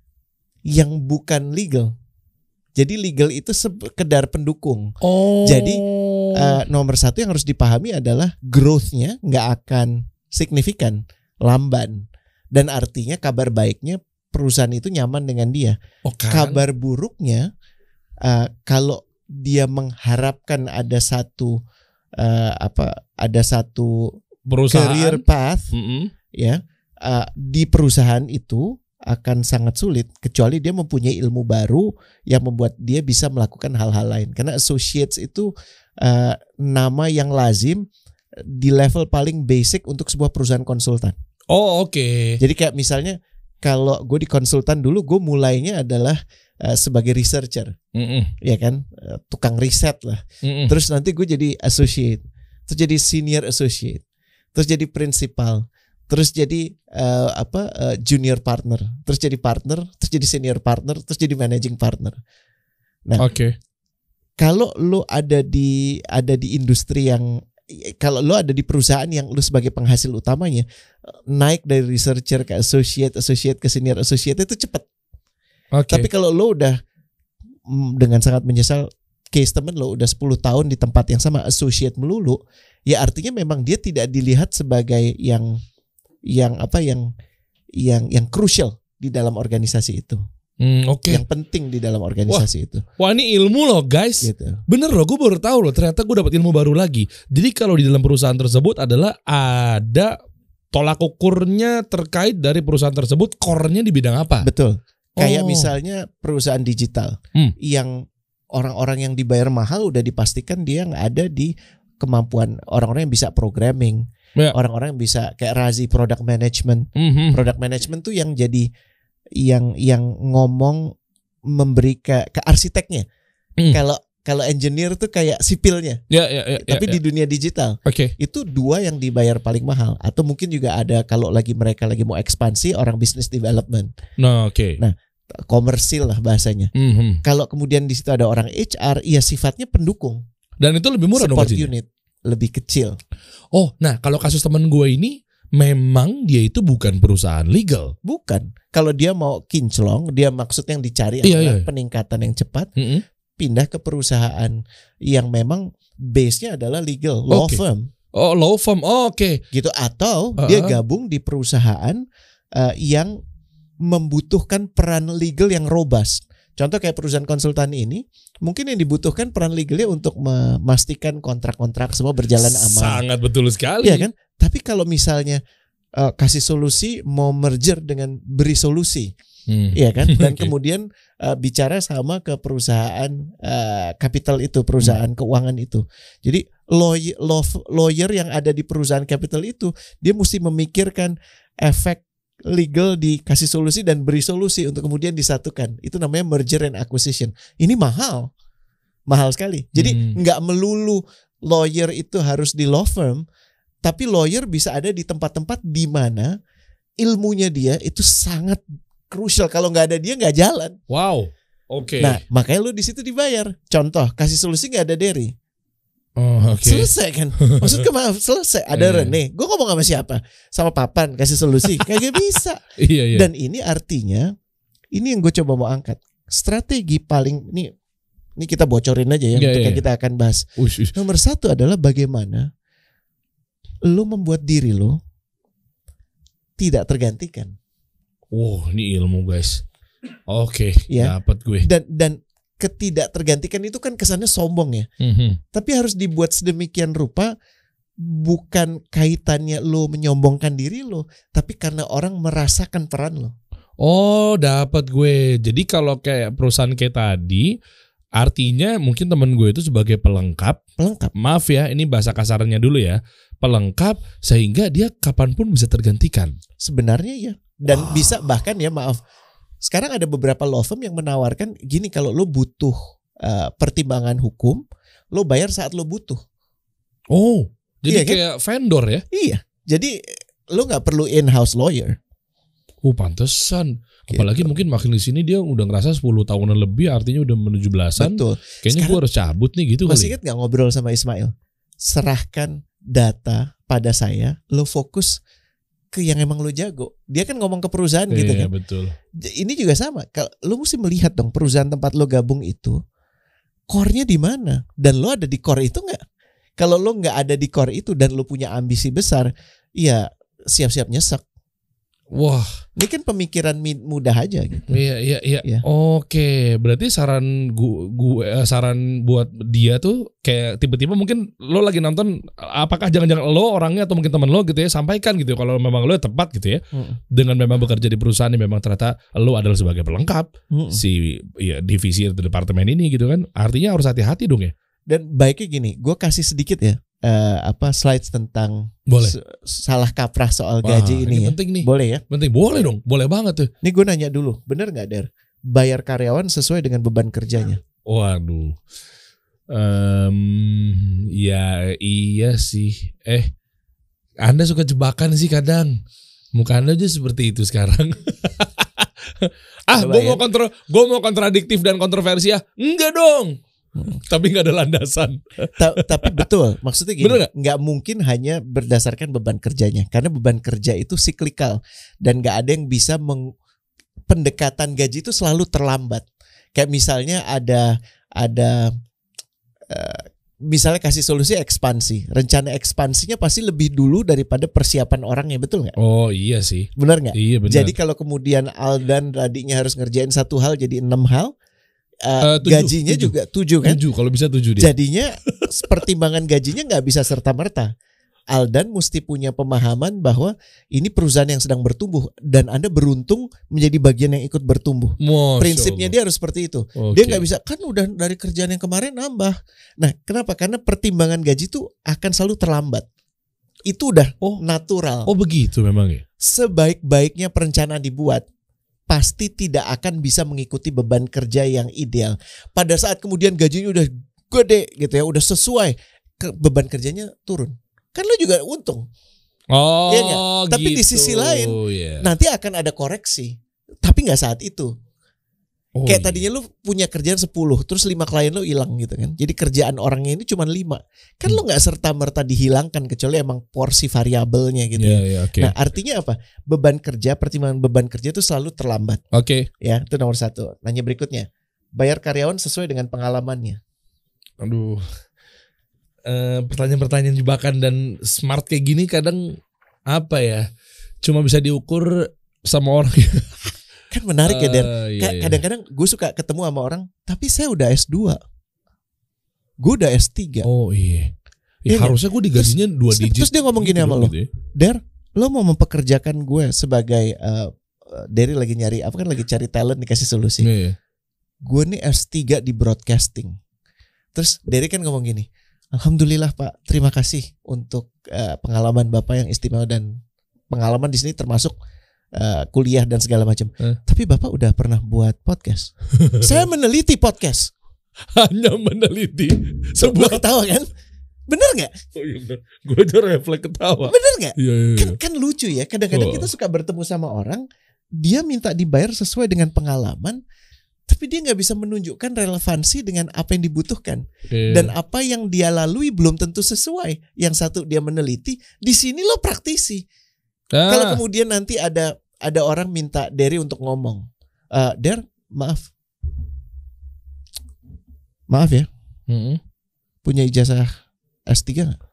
A: yang bukan legal. Jadi legal itu sekedar pendukung.
B: Oh.
A: Jadi uh, nomor satu yang harus dipahami adalah growth-nya nggak akan signifikan, lamban. Dan artinya kabar baiknya perusahaan itu nyaman dengan dia.
B: Oh, kan?
A: Kabar buruknya uh, kalau dia mengharapkan ada satu uh, apa ada satu
B: perusahaan
A: career path,
B: mm-hmm.
A: ya uh, di perusahaan itu akan sangat sulit kecuali dia mempunyai ilmu baru yang membuat dia bisa melakukan hal-hal lain. Karena associates itu uh, nama yang lazim di level paling basic untuk sebuah perusahaan konsultan.
B: Oh, oke. Okay.
A: Jadi kayak misalnya kalau gue di konsultan dulu, gue mulainya adalah uh, sebagai researcher,
B: mm-mm.
A: ya kan, uh, tukang riset lah.
B: Mm-mm.
A: Terus nanti gue jadi associate, terus jadi senior associate, terus jadi principal, terus jadi uh, apa uh, junior partner, terus jadi partner, terus jadi senior partner, terus jadi managing partner. Nah,
B: oke. Okay.
A: Kalau lo ada di ada di industri yang kalau lo ada di perusahaan yang lo sebagai penghasil utamanya, naik dari researcher ke associate, associate ke senior associate itu cepat.
B: Okay.
A: Tapi kalau lo udah dengan sangat menyesal, case temen lo udah sepuluh tahun di tempat yang sama associate melulu, ya artinya memang dia tidak dilihat sebagai yang yang apa yang yang yang crucial di dalam organisasi itu.
B: Hmm, oke.
A: Okay. Yang penting di dalam organisasi
B: wah,
A: itu.
B: Wah, ini ilmu loh, guys.
A: Gitu.
B: Bener loh, gue baru tahu loh. Ternyata gue dapat ilmu baru lagi. Jadi kalau di dalam perusahaan tersebut adalah ada tolak ukurnya terkait dari perusahaan tersebut, core-nya di bidang apa?
A: Betul. Kayak
B: oh.
A: misalnya perusahaan digital
B: hmm.
A: yang orang-orang yang dibayar mahal udah dipastikan dia nggak ada di kemampuan orang-orang yang bisa programming,
B: ya.
A: Orang-orang yang bisa kayak Razi product management.
B: Mm-hmm.
A: Product management tuh yang jadi yang yang ngomong memberi ke, ke arsiteknya.
B: Mm.
A: Kalau kalau engineer tuh kayak sipilnya.
B: Ya, ya, ya,
A: Tapi
B: ya,
A: di
B: ya.
A: dunia digital.
B: Oke. Okay.
A: Itu dua yang dibayar paling mahal. Atau mungkin juga ada kalau lagi mereka lagi mau ekspansi, orang business development.
B: Nah, oke. Okay.
A: Nah, komersil lah bahasanya.
B: Mm-hmm.
A: Kalau kemudian di situ ada orang H R, ya sifatnya pendukung.
B: Dan itu lebih murah dong
A: support
B: gajinya?
A: unit lebih kecil.
B: Oh, nah kalau kasus teman gue ini memang dia itu bukan perusahaan legal.
A: Bukan. Kalau dia mau kinclong, dia maksud yang dicari
B: iya,
A: adalah
B: iya.
A: peningkatan yang cepat,
B: mm-hmm.
A: pindah ke perusahaan yang memang base-nya adalah legal, law
B: okay.
A: firm.
B: Oh, law firm. Oh, oke. Okay.
A: Gitu, atau
B: uh-huh.
A: dia gabung di perusahaan uh, yang membutuhkan peran legal yang robust. Contoh kayak perusahaan konsultan ini, mungkin yang dibutuhkan peran legalnya untuk memastikan kontrak-kontrak semua berjalan aman.
B: Sangat betul sekali.
A: Iya kan? Tapi kalau misalnya uh, kasih solusi mau merger dengan beri solusi, hmm. iya kan? Dan okay. kemudian uh, bicara sama ke perusahaan uh, capital itu, perusahaan hmm. keuangan itu. Jadi lawyer, law, lawyer yang ada di perusahaan capital itu, dia mesti memikirkan efek legal dikasih solusi dan beri solusi untuk kemudian disatukan. Itu namanya merger and acquisition. Ini mahal. Mahal sekali. Jadi
B: Hmm.
A: nggak melulu lawyer itu harus di law firm, tapi lawyer bisa ada di tempat-tempat di mana ilmunya dia itu sangat crucial. Kalau nggak ada dia nggak jalan.
B: Wow. Oke.
A: Nah, makanya lu di situ dibayar. Contoh, kasih solusi nggak ada Derry.
B: Oh, oke.
A: Selesai kan? Maksudnya maaf, selesai. Ada
B: Iya.
A: Rene. Gue ngomong sama siapa? Sama Papan kasih solusi. Kagak bisa.
B: Iya, iya.
A: Dan ini artinya, ini yang gue coba mau angkat. Strategi paling ini, ini kita bocorin aja ya
B: Iya,
A: untuk
B: iya.
A: yang kita akan bahas.
B: Ush, ush.
A: Nomor satu adalah bagaimana lo membuat diri lo tidak tergantikan.
B: Wow, ini ilmu guys. Oke,
A: Ya.
B: dapat gue.
A: Dan dan ketidak tergantikan itu kan kesannya sombong ya.
B: Mhm.
A: Tapi harus dibuat sedemikian rupa bukan kaitannya lo menyombongkan diri lo, tapi karena orang merasakan peran lo.
B: Oh, dapat gue. Jadi kalau kayak perusahaan kayak tadi, artinya mungkin temen gue itu sebagai pelengkap.
A: Pelengkap.
B: Maaf ya, ini bahasa kasarnya dulu ya. Pelengkap sehingga dia kapanpun bisa tergantikan.
A: Sebenarnya ya. Dan
B: Wow.
A: bisa bahkan ya maaf. Sekarang ada beberapa law firm yang menawarkan gini, kalau lo butuh uh, pertimbangan hukum, lo bayar saat lo butuh.
B: Oh, jadi
A: Iya, kan?
B: kayak vendor ya?
A: Iya. Jadi lo nggak perlu in-house lawyer.
B: Oh, pantesan.
A: Gitu.
B: Apalagi mungkin makin di sini dia udah ngerasa sepuluh tahunan lebih, artinya udah menuju belasan.
A: Betul.
B: Kayaknya gue
A: Sekarang-
B: harus cabut nih gitu
A: Masih
B: kali.
A: ingat nggak ngobrol sama Ismail? Serahkan data pada saya, lo fokus ke yang emang lo jago. Dia kan ngomong ke perusahaan gitu
B: Iya,
A: kan.
B: betul.
A: Ini juga sama. Kalau lo mesti melihat dong perusahaan tempat lo gabung itu core-nya di mana dan lo ada di core itu nggak? Kalau lo nggak ada di core itu dan lo punya ambisi besar, ya siap-siap nyesek.
B: Wah,
A: Ini kan pemikiran mi- mudah aja gitu.
B: iya iya iya.
A: Iya.
B: Oke, berarti saran gue gue saran buat dia tuh kayak tiba-tiba mungkin lo lagi nonton, apakah jangan-jangan lo orangnya atau mungkin teman lo gitu ya, sampaikan gitu kalau memang lo tepat gitu ya.
A: Mm.
B: Dengan memang bekerja di perusahaan yang memang ternyata lo adalah sebagai pelengkap
A: Mm.
B: si ya, divisi atau departemen ini gitu kan. Artinya harus hati-hati dong ya.
A: Dan baiknya gini, gue kasih sedikit ya eh, apa slides tentang
B: Boleh.
A: s- salah kaprah soal
B: Wah,
A: gaji ini,
B: ini
A: ya.
B: penting nih.
A: Boleh ya?
B: Penting, boleh dong, boleh banget tuh.
A: Ini gue nanya dulu, bener nggak Der? Bayar karyawan sesuai dengan beban kerjanya.
B: Waduh. Em, ya iya sih. Eh, Anda suka jebakan sih kadang. Muka Anda aja seperti itu sekarang. ah,
A: Coba
B: gue
A: ya.
B: mau kontro, gue mau kontradiktif dan kontroversi ya. Enggak dong.
A: Hmm.
B: Tapi nggak ada landasan.
A: Ta- tapi betul, maksudnya gini,
B: Bener nggak?
A: nggak mungkin hanya berdasarkan beban kerjanya, karena beban kerja itu siklikal dan nggak ada yang bisa meng- pendekatan gaji itu selalu terlambat. Kayak misalnya ada ada eh, misalnya kasih solusi ekspansi, rencana ekspansinya pasti lebih dulu daripada persiapan orangnya, betul nggak?
B: Oh iya sih.
A: Benar nggak?
B: Iya benar.
A: Jadi kalau kemudian Aldan tadinya harus ngerjain satu hal jadi enam hal, eh,
B: Eh, tujuh,
A: gajinya
B: tujuh.
A: juga tujuh kan?
B: tujuh, kalau bisa tujuh dia.
A: Jadinya pertimbangan gajinya nggak bisa serta merta. Aldan mesti punya pemahaman bahwa ini perusahaan yang sedang bertumbuh dan Anda beruntung menjadi bagian yang ikut bertumbuh.
B: Masya
A: Prinsipnya
B: Allah.
A: dia harus seperti itu.
B: Oke.
A: Dia nggak bisa kan udah dari kerjaan yang kemarin nambah. Nah, kenapa? Karena pertimbangan gaji itu akan selalu terlambat. Itu udah
B: Oh.
A: natural.
B: Oh begitu memang ya.
A: Sebaik-baiknya perencanaan dibuat, pasti tidak akan bisa mengikuti beban kerja yang ideal. Pada saat kemudian gajinya udah gede gitu ya, udah sesuai, ke beban kerjanya turun. Kan lo juga untung.
B: Oh,
A: Iya nggak? Tapi di
B: gitu.
A: sisi lain,
B: Iya.
A: Nanti akan ada koreksi, tapi nggak saat itu.
B: Oh,
A: Kayak
B: iya.
A: tadinya lu punya kerjaan sepuluh, terus lima klien lu hilang gitu kan. Jadi kerjaan orangnya ini cuma lima. Kan lu nggak serta-merta dihilangkan kecuali emang porsi variabelnya gitu.
B: Iya,
A: ya.
B: iya, oke.
A: Nah, artinya apa? Beban kerja, pertimbangan beban kerja itu selalu terlambat.
B: Oke.
A: Ya, itu nomor satu. Nanya berikutnya, bayar karyawan sesuai dengan pengalamannya.
B: Aduh. Eh, pertanyaan-pertanyaan jebakan dan smart kayak gini kadang apa ya? Cuma bisa diukur sama orang.
A: Kan menarik ya, Der.
B: Eh, iya,
A: Ka-
B: iya.
A: Kadang-kadang gue suka ketemu sama orang, tapi saya udah S dua. Gue udah S tiga.
B: Oh iya. Ya,
A: Iya,
B: harusnya gue digajinya dua
A: terus-
B: digit.
A: terus dia ngomong gini
B: gitu
A: sama
B: dong,
A: lo.
B: gitu ya.
A: Der, lo mau mempekerjakan gue sebagai uh, Derry lagi nyari apa kan lagi cari talent dikasih solusi.
B: Iya, iya.
A: Gue nih S tiga di broadcasting. Terus Derry kan ngomong gini, alhamdulillah Pak, terima kasih untuk uh, pengalaman Bapak yang istimewa dan pengalaman di sini termasuk uh, kuliah dan segala macam.
B: Eh.
A: Tapi Bapak udah pernah buat podcast. Saya meneliti podcast.
B: Hanya meneliti
A: Gua
B: sebuah.
A: ketawa kan? Bener nggak?
B: Oh iya bener. Gue aja refleks ketawa.
A: Bener nggak?
B: Iya iya.
A: Kan,
B: iya.
A: kan lucu ya. Kadang-kadang
B: Oh.
A: kita suka bertemu sama orang, dia minta dibayar sesuai dengan pengalaman, tapi dia nggak bisa menunjukkan relevansi dengan apa yang dibutuhkan.
B: Iya.
A: Dan apa yang dia lalui belum tentu sesuai. Yang satu dia meneliti, di sini lo praktisi.
B: Ah.
A: Kalau kemudian nanti ada ada orang minta Derry untuk ngomong, uh, Der, maaf, maaf ya,
B: Mm-mm.
A: punya ijazah S tiga nggak?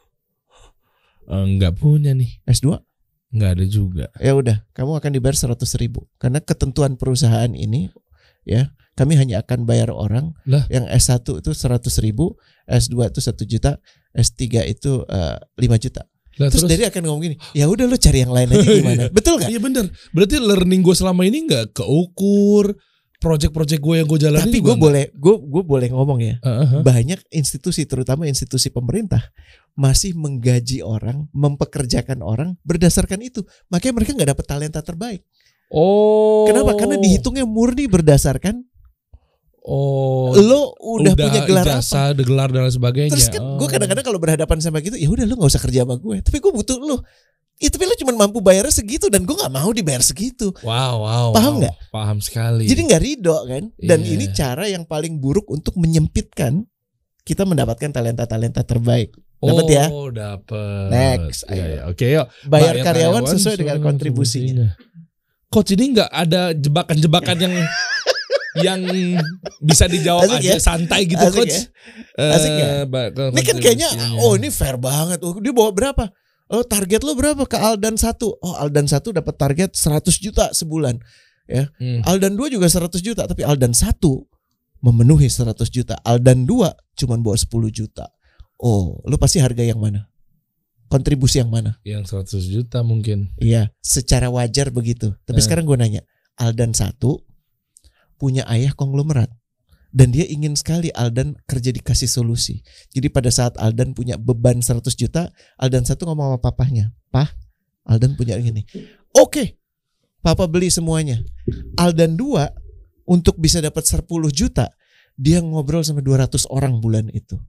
B: Enggak punya nih.
A: S dua?
B: Enggak ada juga.
A: Ya udah, kamu akan dibayar seratus ribu. Karena ketentuan perusahaan ini, ya, kami hanya akan bayar orang
B: Lah.
A: yang S satu itu seratus ribu, S dua itu satu juta, S tiga itu uh, lima juta.
B: Lah,
A: Terus,
B: terus
A: Derry akan ngomong gini, ya udah lo cari yang lain aja gimana? Betul nggak?
B: Iya bener. Berarti learning gue selama ini nggak keukur. Project-project gue yang gue jalanin.
A: Tapi gue boleh, gue gue boleh ngomong ya.
B: Uh-huh.
A: Banyak institusi, terutama institusi pemerintah, masih menggaji orang, mempekerjakan orang berdasarkan itu. Makanya mereka nggak dapat talenta terbaik.
B: Oh.
A: Kenapa? Karena dihitungnya murni berdasarkan
B: Oh.
A: lo udah, punya gelar
B: ijazah,
A: apa.
B: gelar dan lain sebagainya.
A: Terus kan gue
B: Oh.
A: kadang-kadang kalau berhadapan sama gitu, ya udah lo nggak usah kerja sama gue. Tapi gue butuh lo. Ya, tapi lo cuma mampu bayarnya segitu dan gue nggak mau dibayar segitu.
B: Wow, wow.
A: Paham
B: wow.
A: nggak?
B: Paham sekali.
A: Jadi nggak ridho kan? Dan
B: Iya.
A: ini cara yang paling buruk untuk menyempitkan kita mendapatkan talenta-talenta terbaik. Dapat
B: oh,
A: ya?
B: Oh, dapat.
A: Next,
B: Iya,
A: ayo.
B: iya. Oke, yuk.
A: Bayar karyawan sesuai dengan kontribusinya.
B: Coach, ini nggak ada jebakan-jebakan yang yang bisa dijawab
A: Asik
B: aja
A: ya?
B: santai gitu,
A: Asik
B: Coach.
A: ya? Asik ya?
B: Eh, ba-
A: Ini kan kayaknya,
B: kontribusinya.
A: oh ini fair banget. Oh, dia bawa berapa? Oh, target lo berapa ke Aldan satu? Oh, Aldan satu dapat target seratus juta sebulan. Ya.
B: Hmm.
A: Aldan dua juga seratus juta, tapi Aldan satu memenuhi seratus juta. Aldan dua cuma bawa sepuluh juta. Oh, lo pasti harga yang mana? Kontribusi yang mana?
B: Yang seratus juta mungkin.
A: Iya, secara wajar begitu. Tapi
B: Eh.
A: sekarang gue nanya, Aldan satu punya ayah konglomerat. Dan dia ingin sekali Aldan kerja dikasih solusi. Jadi pada saat Aldan punya beban seratus juta, Aldan satu ngomong sama papahnya, Pah, Aldan punya gini. Oke, papa beli semuanya. Aldan dua untuk bisa dapat sepuluh juta, dia ngobrol sama dua ratus orang bulan itu.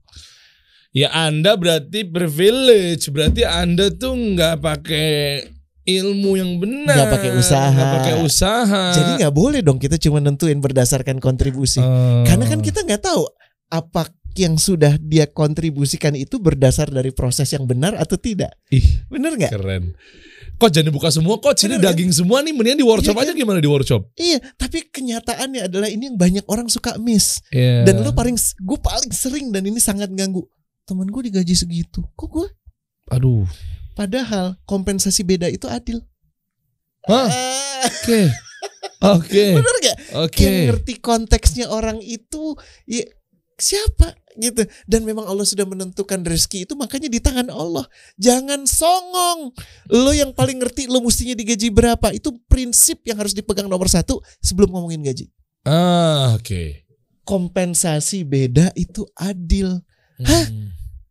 B: Ya Anda berarti privilege, berarti Anda tuh nggak pakai ilmu yang benar,
A: Nggak pakai usaha.
B: nggak pakai usaha.
A: Jadi nggak boleh dong kita cuma nentuin berdasarkan kontribusi.
B: Oh.
A: Karena kan kita nggak tahu apa yang sudah dia kontribusikan itu berdasar dari proses yang benar atau tidak.
B: Ih,
A: Bener nggak?
B: keren. Kok jadi buka semua, Coach, ini
A: Bener,
B: daging semua nih, mendingan di workshop
A: Iya,
B: aja
A: kan?
B: gimana di workshop?
A: Iya, tapi kenyataannya adalah ini yang banyak orang suka miss.
B: Iya.
A: Dan lo paling, gue paling sering dan ini sangat ganggu. Temen gue digaji segitu, kok gue?
B: Aduh.
A: Padahal kompensasi beda itu adil.
B: Hah?
A: Ah,
B: Oke. Oke.
A: bener gak?
B: Oke.
A: Yang ngerti konteksnya orang itu ya, siapa gitu. Dan memang Allah sudah menentukan rezeki itu, makanya di tangan Allah. Jangan songong. Lo yang paling ngerti lo mestinya digaji berapa. Itu prinsip yang harus dipegang nomor satu sebelum ngomongin gaji.
B: Ah, oke.
A: Kompensasi beda itu adil. Hah?
B: Hmm.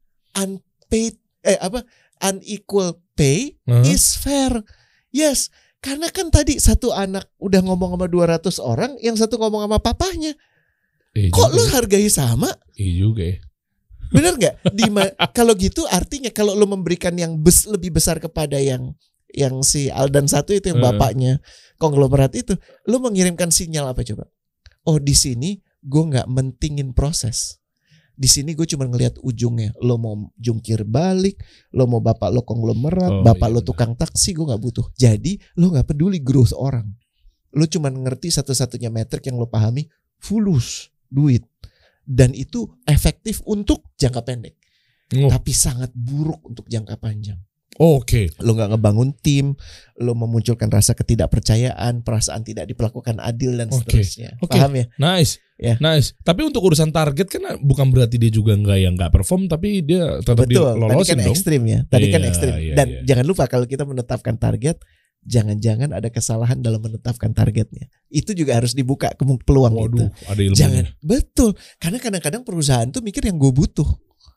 A: Unpaid eh apa? Unequal pay
B: Huh?
A: is fair. Yes. Karena kan tadi satu anak udah ngomong sama dua ratus orang, yang satu ngomong sama papahnya.
B: Iya
A: Kok
B: juga
A: lu
B: ya.
A: hargai sama?
B: Iya juga ya.
A: Bener nggak? Dima- Kalau gitu artinya kalau lu memberikan yang bes, lebih besar kepada yang yang si Aldan satu itu yang
B: Eh.
A: bapaknya konglomerat itu, lu mengirimkan sinyal apa coba? Oh, di sini gue nggak mentingin proses. Di sini gue cuma ngelihat ujungnya. Lo mau jungkir balik, lo mau bapak lo konglomerat,
B: Oh,
A: bapak
B: iya
A: lo tukang taksi, gue nggak butuh. Jadi lo nggak peduli growth orang. Lo cuma ngerti satu-satunya metrik yang lo pahami, fulus, duit. Dan itu efektif untuk jangka pendek,
B: Oh,
A: tapi sangat buruk untuk jangka panjang.
B: Oke.
A: Lo nggak ngebangun tim, lo memunculkan rasa ketidakpercayaan, perasaan tidak diperlakukan adil dan
B: Oke.
A: seterusnya.
B: Oke.
A: Paham ya?
B: Nice.
A: Ya.
B: Nice. Tapi untuk urusan target kan bukan berarti dia juga nggak yang nggak perform, tapi dia tetap
A: Betul. Tadi
B: dilolosin
A: kan
B: dong.
A: ekstrim ya. Tadi kan
B: Iya,
A: ekstrim.
B: iya,
A: Dan
B: iya.
A: jangan lupa kalau kita menetapkan target, jangan-jangan ada kesalahan dalam menetapkan targetnya. Itu juga harus dibuka ke peluang itu.
B: Waduh, ada ilmunya.
A: Jangan. Betul. Karena kadang-kadang perusahaan tuh mikir yang gue butuh.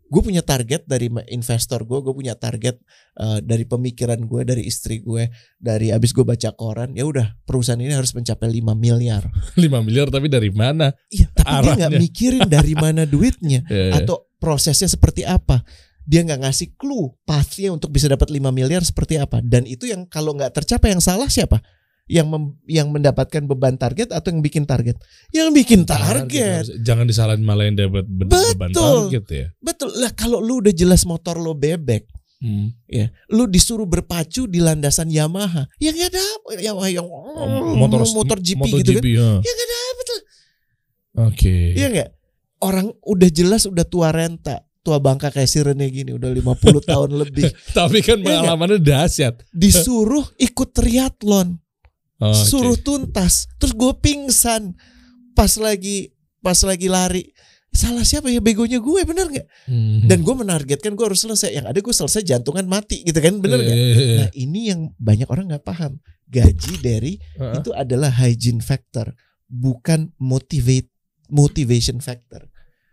A: Gue punya target dari investor gue, gue punya target uh, dari pemikiran gue, dari istri gue, dari abis gue baca koran, ya udah perusahaan ini harus mencapai lima miliar.
B: lima miliar tapi dari mana?
A: Iya, tapi
B: Arahnya.
A: dia nggak mikirin dari mana duitnya
B: Yeah, yeah.
A: atau prosesnya seperti apa. Dia nggak ngasih clue pathnya untuk bisa dapat lima miliar seperti apa. Dan itu yang kalau nggak tercapai, yang salah siapa? Yang mem, yang mendapatkan beban target atau yang bikin target? Yang bikin target.
B: Target. Jangan disalahin malah yang dapat be- beban
A: Betul.
B: target ya.
A: Betul lah, kalau lu udah jelas motor lo bebek,
B: Hmm.
A: ya, lu disuruh berpacu di landasan Yamaha, yang nggak dapet, yang yang
B: Oh, motor
A: motor G P
B: motor
A: gitu kan,
B: G P, ya.
A: ya nggak dapet lah.
B: Oke. Okay.
A: Iya nggak? Orang udah jelas udah tua renta, tua bangka kayak si Rene gini, udah lima puluh tahun lebih,
B: Tapi kan
A: Iya
B: pengalamannya dahsyat.
A: disuruh ikut triathlon.
B: Oh, okay.
A: Suruh tuntas, terus gue pingsan pas lagi pas lagi lari. Salah siapa ya? Begonya gue, bener nggak?
B: Hmm.
A: Dan gue menargetkan gue harus selesai. Yang ada gue selesai jantungan mati gitu kan, bener nggak?
B: Eh,
A: Nah ini yang banyak orang nggak paham. Gaji dari
B: uh-uh.
A: itu adalah hygiene factor, bukan motivate motivation factor.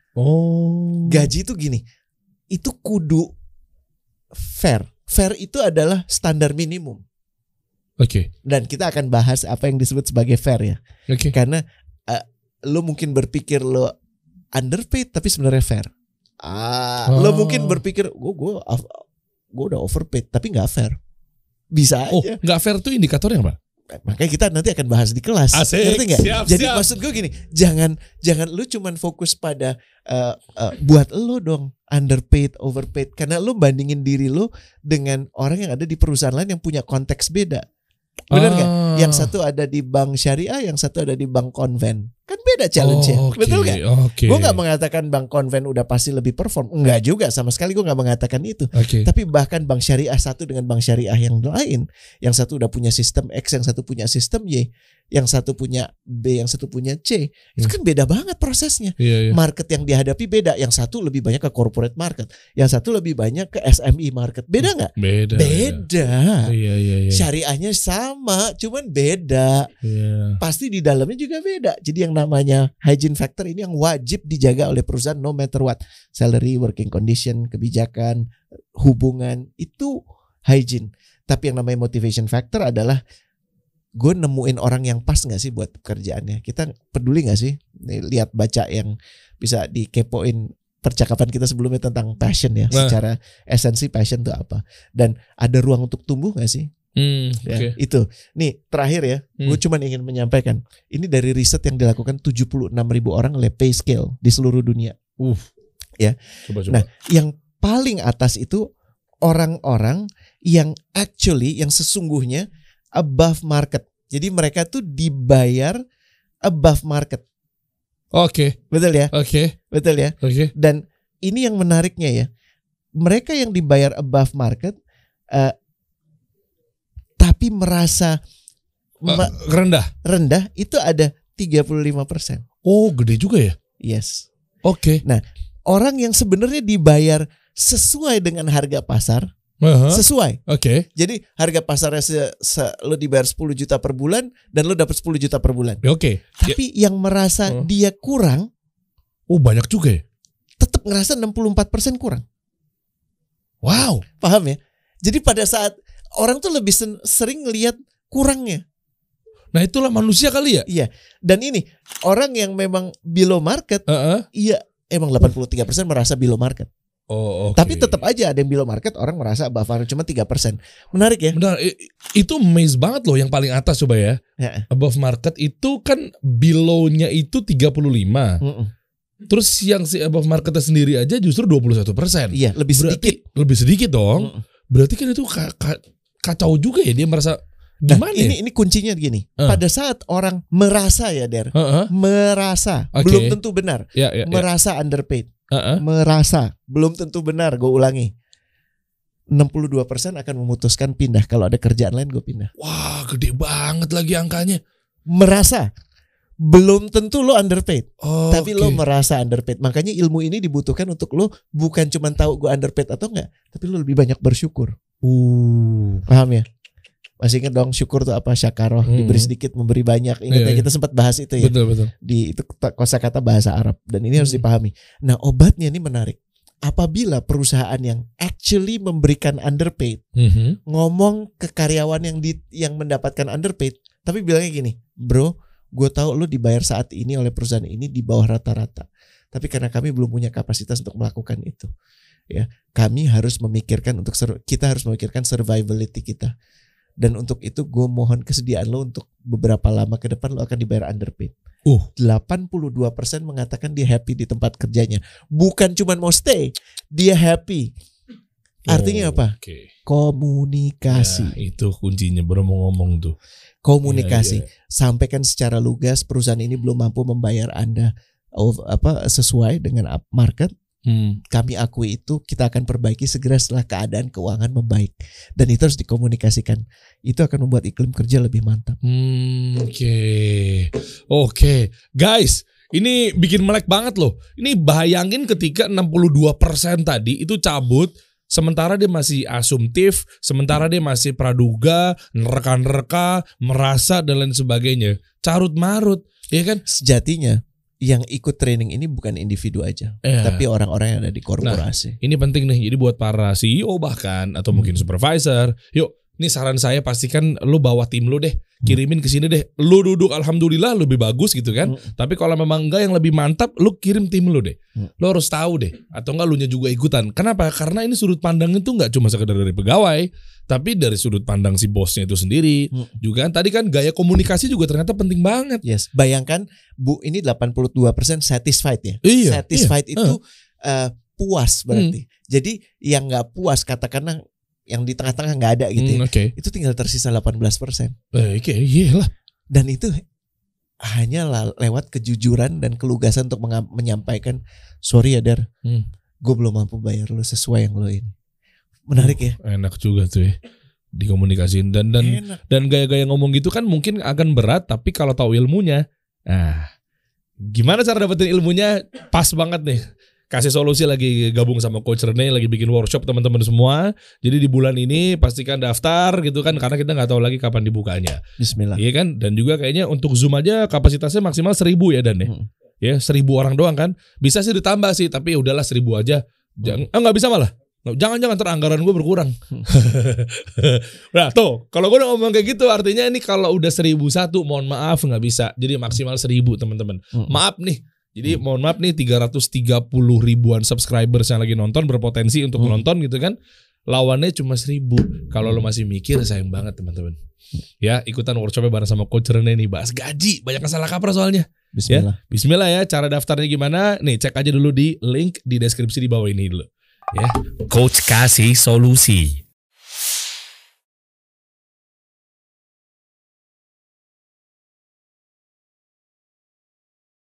B: Oh.
A: Gaji itu gini, itu kudu fair. Fair itu adalah standar minimum.
B: Oke. Okay.
A: Dan kita akan bahas apa yang disebut sebagai fair ya.
B: Oke. Okay.
A: Karena uh, lo mungkin berpikir lo underpaid tapi sebenarnya fair. Ah,
B: oh.
A: Lo mungkin berpikir gue gue gue udah overpaid tapi nggak fair. Bisa
B: Oh,
A: aja.
B: nggak fair tuh indikatornya apa?
A: Makanya kita nanti akan bahas di kelas.
B: Asik,
A: Ngerti nggak?
B: siap,
A: Jadi
B: siap.
A: maksud gue gini, jangan jangan lu cuman fokus pada uh, uh, buat lo dong underpaid, overpaid, karena lu bandingin diri lu dengan orang yang ada di perusahaan lain yang punya konteks beda. Benar nggak?
B: Ah.
A: Yang satu ada di bank syariah, yang satu ada di bank konven. Kan beda challenge-nya.
B: Oh, okay.
A: Betul nggak?
B: Okay.
A: Gue nggak mengatakan bank konven udah pasti lebih perform. Enggak juga, sama sekali gue nggak mengatakan itu.
B: Okay.
A: Tapi bahkan bank syariah satu dengan bank syariah yang lain, yang satu udah punya sistem X, yang satu punya sistem Y, yang satu punya B, yang satu punya C, itu
B: Hmm.
A: kan beda banget prosesnya.
B: Iya, iya.
A: Market yang dihadapi beda. Yang satu lebih banyak ke corporate market, yang satu lebih banyak ke S M E market. Beda nggak?
B: Beda.
A: Beda.
B: Iya, iya, iya.
A: Syariahnya sama, cuman beda.
B: Iya.
A: Pasti di dalamnya juga beda. Jadi yang namanya hygiene factor ini yang wajib dijaga oleh perusahaan no matter what. Salary, working condition, kebijakan, hubungan, itu hygiene. Tapi yang namanya motivation factor adalah gue nemuin orang yang pas gak sih buat pekerjaannya. Kita peduli gak sih? Nih, lihat baca yang bisa dikepoin percakapan kita sebelumnya tentang passion ya.
B: Nah.
A: Secara esensi passion itu apa. Dan ada ruang untuk tumbuh gak sih?
B: Hmm,
A: Ya,
B: oke.
A: itu. Nih terakhir ya,
B: Hmm.
A: gue cuma ingin menyampaikan. Ini dari riset yang dilakukan tujuh puluh enam ribu orang oleh PayScale di seluruh dunia.
B: Uh.
A: Ya.
B: Coba, coba.
A: Nah, yang paling atas itu orang-orang yang actually, yang sesungguhnya above market. Jadi mereka tuh dibayar above market.
B: Oke.
A: Betul ya?
B: Oke.
A: Betul ya?
B: Oke.
A: Dan ini yang menariknya ya. Mereka yang dibayar above market uh, tapi merasa ma-
B: Uh, rendah.
A: rendah itu ada tiga puluh lima persen.
B: Oh, gede juga ya?
A: Yes.
B: Oke.
A: Orang yang sebenarnya dibayar sesuai dengan harga pasar,
B: Aha.
A: sesuai.
B: Oke.
A: Jadi harga pasarnya se, se, lo dibayar sepuluh juta per bulan dan lo dapat sepuluh juta per bulan.
B: Oke. Ya.
A: Tapi yang merasa
B: Oh.
A: dia kurang
B: Oh, banyak juga ya?
A: tetap ngerasa enam puluh empat persen kurang.
B: Wow.
A: Paham ya? Jadi pada saat orang tuh lebih sen- sering ngelihat kurangnya.
B: Nah, itulah manusia kali ya?
A: Iya. Dan ini orang yang memang below market,
B: Heeh.
A: iya emang delapan puluh tiga persen merasa below market.
B: Oh, oke.
A: Tapi tetap aja ada yang below market, orang merasa above market cuma tiga persen. Menarik ya?
B: Benar, i- itu amaze banget loh yang paling atas coba ya.
A: Ya.
B: Above market itu kan below-nya itu tiga puluh lima.
A: Mm-mm.
B: Terus yang si above marketnya sendiri aja justru dua puluh satu persen.
A: Iya, lebih
B: Berarti
A: sedikit.
B: lebih sedikit dong.
A: Mm-mm.
B: Berarti kan itu ka- ka- kacau juga ya, dia merasa
A: Nah,
B: gimana
A: ini
B: ya?
A: ini kuncinya gini.
B: Uh.
A: Pada saat orang merasa ya, Der,
B: Heeh.
A: merasa
B: Oke.
A: belum tentu benar,
B: Ya, ya, ya.
A: merasa underpaid,
B: Heeh.
A: merasa belum tentu benar. Gue ulangi, enam puluh dua persen akan memutuskan pindah. Kalau ada kerjaan lain gue pindah.
B: Wah, gede banget lagi angkanya.
A: Merasa belum tentu lo underpaid,
B: Oh,
A: tapi lo
B: oke.
A: merasa underpaid. Makanya ilmu ini dibutuhkan untuk lo bukan cuma tahu gue underpaid atau enggak, tapi lo lebih banyak bersyukur.
B: Uh.
A: Paham ya? Masih ingat dong syukur tuh apa? Syakaroh,
B: Hmm.
A: diberi sedikit memberi banyak. Ingat
B: Iya,
A: ya
B: iya.
A: kita sempat bahas itu ya.
B: Betul, betul.
A: Di itu kosakata bahasa Arab dan ini harus
B: Hmm.
A: dipahami. Nah, obatnya ini menarik. apabila perusahaan yang actually memberikan underpaid
B: Mm-hmm.
A: ngomong ke karyawan yang di, yang mendapatkan underpaid, tapi bilangnya gini, bro, gue tahu lo dibayar saat ini oleh perusahaan ini di bawah rata-rata, tapi karena kami belum punya kapasitas untuk melakukan itu, ya, kami harus memikirkan untuk kita harus memikirkan survivability kita, dan untuk itu gue mohon kesediaan lo untuk beberapa lama ke depan lo akan dibayar underpaid.
B: Uh,
A: delapan puluh dua persen mengatakan dia happy di tempat kerjanya. Bukan cuma mau stay, dia happy. Artinya apa?
B: Oke.
A: Komunikasi.
B: Ya, itu kuncinya baru mau ngomong tuh.
A: Komunikasi.
B: Ya, ya.
A: Sampaikan secara lugas perusahaan ini belum mampu membayar Anda of, apa sesuai dengan market.
B: Hmm.
A: Kami akui itu, kita akan perbaiki segera setelah keadaan keuangan membaik, dan itu harus dikomunikasikan. Itu akan membuat iklim kerja lebih mantap.
B: Hmm, Oke, okay. Oke, okay. Guys, ini bikin melek banget loh. Ini bayangin ketika enam puluh dua persen tadi itu cabut, sementara dia masih asumtif, sementara dia masih praduga, nerka-nerka, merasa dan lain sebagainya. Carut marut, ya kan?
A: Sejatinya yang ikut training ini bukan individu aja,
B: ya.
A: Tapi orang-orang yang ada di korporasi.
B: Nah, ini penting nih. Jadi buat para C E O bahkan atau hmm. mungkin supervisor, yuk, ini saran saya, pastikan lu bawa tim lu deh, kirimin ke sini deh. Lu duduk alhamdulillah lebih bagus gitu kan. Hmm. Tapi kalau memang enggak yang lebih mantap, lu kirim tim lu deh. Hmm. Lu harus tahu deh, atau enggak lu nya juga ikutan. Kenapa? Karena ini sudut pandang itu enggak cuma sekedar dari pegawai, tapi dari sudut pandang si bosnya itu sendiri. Hmm. Juga tadi kan gaya komunikasi juga ternyata penting banget.
A: Yes, bayangkan Bu, ini delapan puluh dua persen satisfied ya.
B: Iya,
A: satisfied
B: iya.
A: itu uh, puas berarti.
B: Hmm.
A: Jadi yang enggak puas katakanlah yang di tengah-tengah nggak ada gitu,
B: hmm,
A: ya.
B: Okay.
A: Itu tinggal tersisa delapan belas persen.
B: Eh, Oke, okay, iyalah.
A: Dan itu hanya lewat kejujuran dan kelugasan untuk menyampaikan, sorry ya Dar, hmm. gue belum mampu bayar lo sesuai yang lo ini. Menarik uh, ya.
B: Enak juga tuh ya, dikomunikasiin dan dan enak. Dan gaya-gaya ngomong gitu kan mungkin akan berat, tapi kalau tahu ilmunya, ah, gimana cara dapetin ilmunya? Pas banget nih. Kasih solusi, lagi gabung sama Coach Rene, lagi bikin workshop teman-teman semua. Jadi di bulan ini pastikan daftar gitu kan, karena kita nggak tahu lagi kapan dibukanya.
A: Bismillah.
B: Iya kan? Dan juga kayaknya untuk Zoom aja kapasitasnya maksimal seribu ya Dan ya. Hmm. Ya seribu orang doang kan. Bisa sih ditambah sih, tapi ya udahlah seribu aja. Jangan, hmm. eh, nggak bisa malah. Jangan-jangan teranggaran gue berkurang. Hmm. Nah tuh, kalau gue udah ngomong kayak gitu, artinya ini kalau udah seribu satu, mohon maaf nggak bisa. Jadi maksimal seribu teman-teman. Hmm. Maaf nih. Jadi hmm. mohon maaf nih, tiga ratus tiga puluh ribuan subscribers yang lagi nonton berpotensi untuk hmm. menonton gitu kan. Lawannya cuma seribu. Kalau lo masih mikir, sayang banget teman-teman. Ya, ikutan workshopnya bareng sama Coach Rene nih, bahas gaji. Banyak yang salah kaprah soalnya.
A: Bismillah.
B: Ya, Bismillah ya, cara daftarnya gimana? Nih, cek aja dulu di link di deskripsi di bawah ini dulu. Ya.
C: Coach kasih solusi.